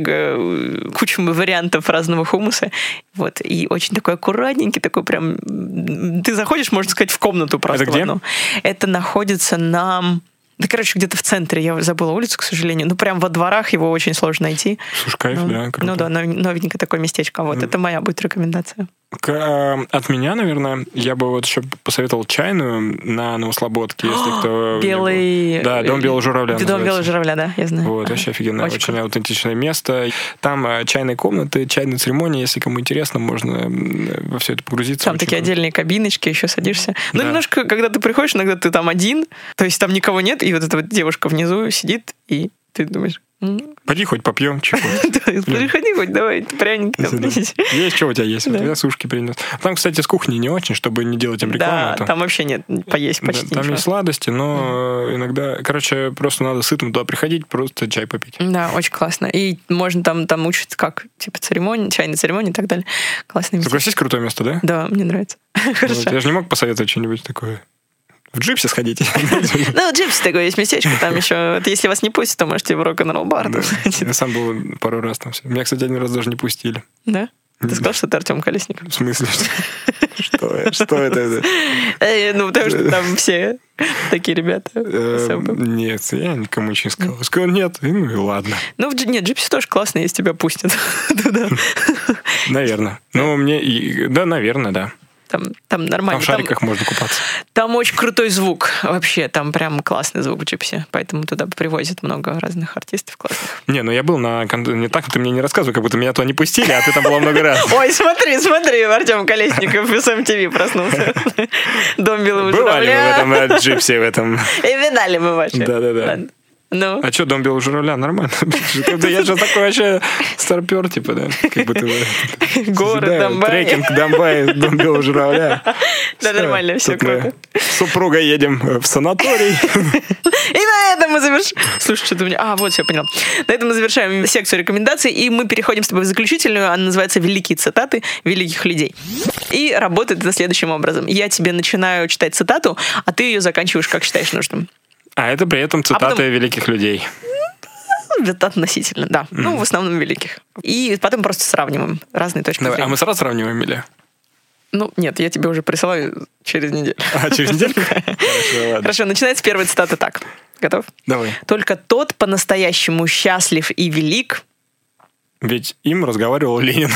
куча вариантов разного хумуса. Вот. И очень такой аккуратненький, такой прям... Ты заходишь, можно сказать, в комнату просто. Это где? Это находится где-то в центре, я забыла улицу, к сожалению. Прям во дворах его очень сложно найти. Слушай, кайф, круто. Новенькое такое местечко. Вот, это моя будет рекомендация. От меня, наверное, я бы вот еще посоветовал чайную на Новослободке, если кто... Белый... Да, Дом Белого журавля называется. Дом Белого журавля, да, я знаю. Вот, вообще офигенно. Очень аутентичное место. Там чайные комнаты, чайные церемонии. Если кому интересно, можно во все это погрузиться. Там такие отдельные кабиночки, еще садишься. Немножко, когда ты приходишь, иногда ты там один, то есть там никого нет, и вот эта вот девушка внизу сидит, и ты думаешь... Пойди хоть попьем чего. Приходи хоть, давай, пряники там принеси. Есть, что у тебя есть? Я сушки принес. Там, кстати, с кухни не очень, чтобы не делать им рекламу. Да, там вообще нет, поесть почти ничего. Там есть сладости, но иногда, просто надо сытым туда приходить, просто чай попить. Да, очень классно. И можно там учат как, церемонии, чайные церемонии и так далее. Классное место. Согласись, крутое место, да? Да, мне нравится. Хорошо. Я же не мог посоветовать что-нибудь такое. В Джипсе сходите. В Джипсе такое есть местечко, там еще, если вас не пустят, то можете в рок-н-ролл бар. Я сам был пару раз там. Меня, кстати, один раз даже не пустили. Да? Ты сказал, что ты Артем Колесников? В смысле? Что это? Потому что там все такие ребята. Нет, я никому ничего не сказал. Сказал, нет, и ладно. Нет, Джипси тоже классно, если тебя пустят туда. Наверное. Наверное, да. Там нормально. Там в шариках можно купаться. Там очень крутой звук. Вообще, там прям классный звук в Джипсе. Поэтому туда привозят много разных артистов классных. Я был не так, ты мне не рассказывай, как будто меня туда не пустили, а ты там была много раз. Ой, смотри, Артем Колесников из MTV проснулся. Дом Белого Бывали журавля. мы в этом Джипсе, в этом. И видали мы вообще. Да. Ну. А что, Дом Белого журавля? Нормально. Я же такой вообще старпер, типа, да? Как будто бы... Город Донбай. Трекинг Донбай, Дом Белого журавля. Да, нормально, все круто. Супруга едем в санаторий. И на этом мы завершаем... Слушай, что-то у меня... вот, все, понял. На этом мы завершаем секцию рекомендаций, и мы переходим с тобой в заключительную. Она называется «Великие цитаты великих людей». И работает это следующим образом. Я тебе начинаю читать цитату, а ты ее заканчиваешь, как считаешь нужным. А это при этом цитаты великих людей. Относительно, да. В основном великих. И потом просто сравниваем разные точки зрения. А мы сразу сравниваем или? Ну, нет, я тебе уже присылаю через неделю. А, через неделю? Хорошо, ладно. Хорошо, начинается первая цитата так. Готов? Давай. Только тот по-настоящему счастлив и велик. Ведь им разговаривал Ленин.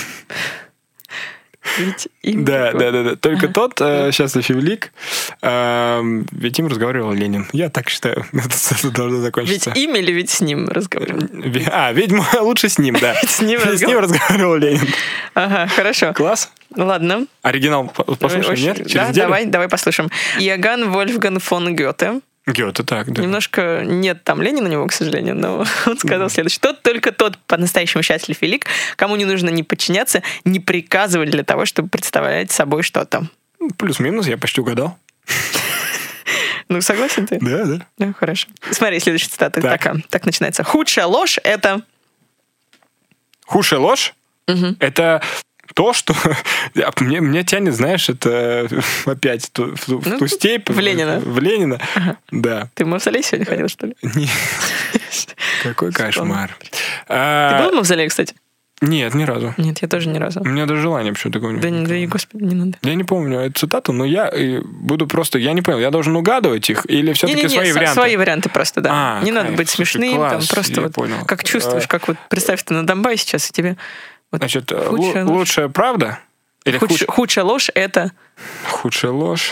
Ведь им Да. Только Ага. тот счастлив и велик, ведь им разговаривал Ленин. Я так считаю. Это должно Ведь закончиться. им или ведь с ним разговаривал? Видимо, лучше с ним, да. С ним С ним разговаривал Ленин. Ага, хорошо. Класс. Ладно. Оригинал послушаем, Очень- нет? Да, Через неделю? давай послушаем. Иоганн Вольфганг фон Гёте. Гёте, так, да. Немножко нет там Ленина у него, к сожалению, но он сказал следующее. Только тот по-настоящему счастлив и велик, кому не нужно не подчиняться, не приказывать для того, чтобы представлять собой что-то. Плюс-минус, я почти угадал. Ну, согласен ты? Да. Да, хорошо. Смотри, следующая цитата. Так. Так начинается. Худшая ложь — это... Худшая ложь — это то, что мне тянет, знаешь, это опять в ту степь. в Ленина. В Ленина, да. Ты в мавзолей сегодня ходил, что ли? Не. Какой кошмар. Ты был в мавзолее, кстати? Нет, ни разу. Нет, я тоже ни разу. У меня даже желания почему-то такого Да, нет. да, господи, не надо. Я не помню эту цитату, но я буду просто... Я не понял, я должен угадывать их или все-таки Не-не-не, свои варианты? свои варианты просто, да. А, Не надо кайф. быть Слушай, смешным, там класс, просто я вот понял. как чувствуешь, как вот представь, ты на Донбассе сейчас, и тебе вот Значит, худшая ложь. лучшая правда? Или Худшая ложь — это... худшая ложь?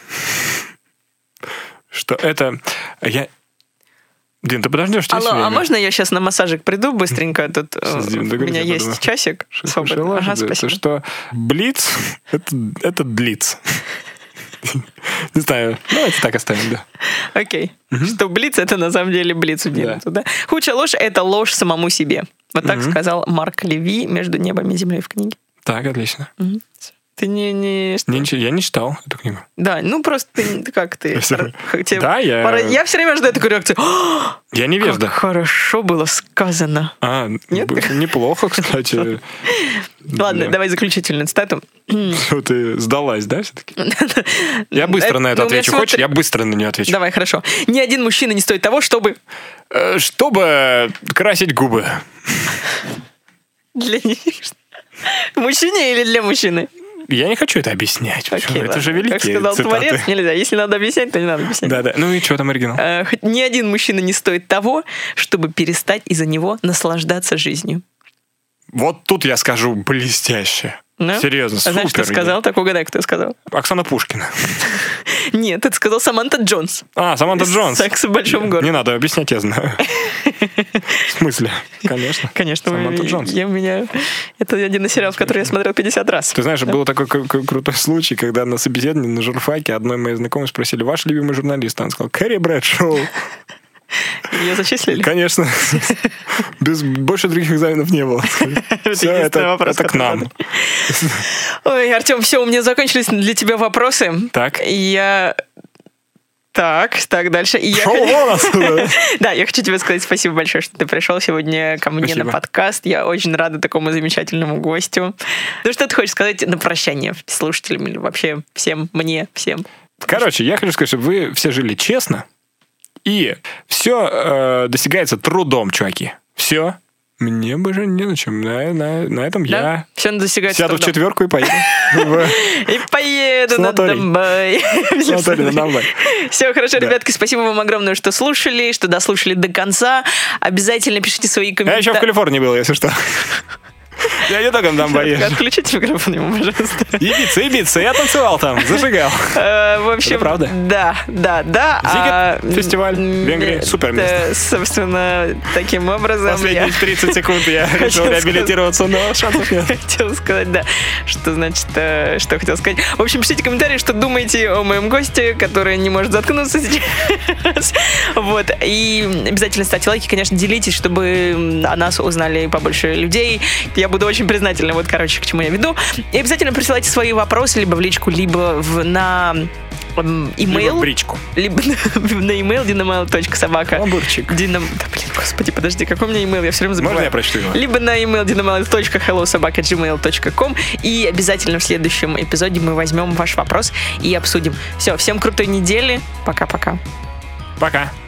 Что это... Дин, ты подождешь, что есть Алло, время? а можно я сейчас на массажик приду быстренько? Тут Сейчас, Дим, у договорись, меня я есть подумаю. часик Худшая свободный. ложь, Ага, да, это спасибо. что Блиц — это длиц. Не знаю, давайте так оставим, да. Окей. Что блиц — это на самом деле блиц у Дины. Да. Худшая ложь — это ложь самому себе. Вот так сказал Марк Леви «Между небом и землей» в книге. Так, отлично. Ты не... Я не читал эту книгу. Да, ну просто ты как ты... Да, Я все время жду такую реакцию. Я невежда. Как хорошо было сказано. Нет? Неплохо, кстати. Ладно, Да. давай заключительную цитату. Что, ты сдалась, да, все-таки? Я быстро на это Ну, у меня отвечу. всего Хочешь, я быстро на нее отвечу. Давай, хорошо. Ни один мужчина не стоит того, чтобы... Чтобы красить губы. Для них... Мужчине или для мужчины? Я не хочу это объяснять. Почему? Окей, Это ладно. же великие Как сказал цитаты. Творец, нельзя. Если надо объяснять, то не надо объяснять. Да. Ну и что там оригинал? Хоть ни один мужчина не стоит того, чтобы перестать из-за него наслаждаться жизнью. Вот тут я скажу блестяще. Да? Серьезно, супер. Знаешь, что сказал? Так угадай, кто сказал. Оксана Пушкина. Нет, это сказал Саманта Джонс. Саманта Джонс. «Секс в большом городе». Не надо объяснять, я знаю. В смысле? Конечно. Конечно, Саманта Джонс. Это один из сериалов, который я смотрел 50 раз. Ты знаешь, был такой крутой случай, когда на собеседовании на журфаке одной моей знакомой спросили: ваш любимый журналист? Она сказала: Кэрри Брэдшоу. Ее зачислили? Конечно. Больше других экзаменов не было. Все, это к нам. Ой, Артем, все, у меня закончились для тебя вопросы. Так. Так, дальше. Шоу вон отсюда. Да, я хочу тебе сказать спасибо большое, что ты пришел сегодня ко мне Спасибо. на подкаст. Я очень рада такому замечательному гостю. Ну, что ты хочешь сказать на прощание слушателям или вообще всем, мне, всем? Короче, я хочу сказать, чтобы вы все жили честно, и все достигается трудом, чуваки. Все. Мне больше не на чем. На этом Да? я Все достигается сяду в трудом. четверку и поеду. И поеду на Санаторий. Донбай. Санаторий на Донбай. Все, хорошо, Да. ребятки, спасибо вам огромное, что слушали, что дослушали до конца. Обязательно пишите свои Я комментарии. еще в Калифорнии был, если что. Я не только на Донбай езжу. Отключите микрофон ему, пожалуйста. Ибица, я танцевал там, зажигал. В общем, Это правда? Да. Зигет, фестиваль в Венгрии, супер место. Собственно, таким образом я Последние 30 секунд я решил хотел реабилитироваться, но шансов нет. хотел сказать, да. Что значит, что хотел сказать. В общем, пишите комментарии, что думаете о моем госте, который не может заткнуться сейчас. Вот. И обязательно ставьте лайки, конечно, делитесь, чтобы о нас узнали побольше людей. Я буду очень признательна. Вот, короче, к чему я веду. И обязательно присылайте свои вопросы либо в личку, либо на Либо имейл. в бричку. Либо на имейл dinamail.собака. Огурчик. Да, блин, господи, подожди, какой у меня имейл? Я все время забываю. Можно я прочту его? Либо на email dinamail.hellosobaka.gmail.com. И обязательно в следующем эпизоде мы возьмем ваш вопрос и обсудим. Все, всем крутой недели. Пока-пока. Пока.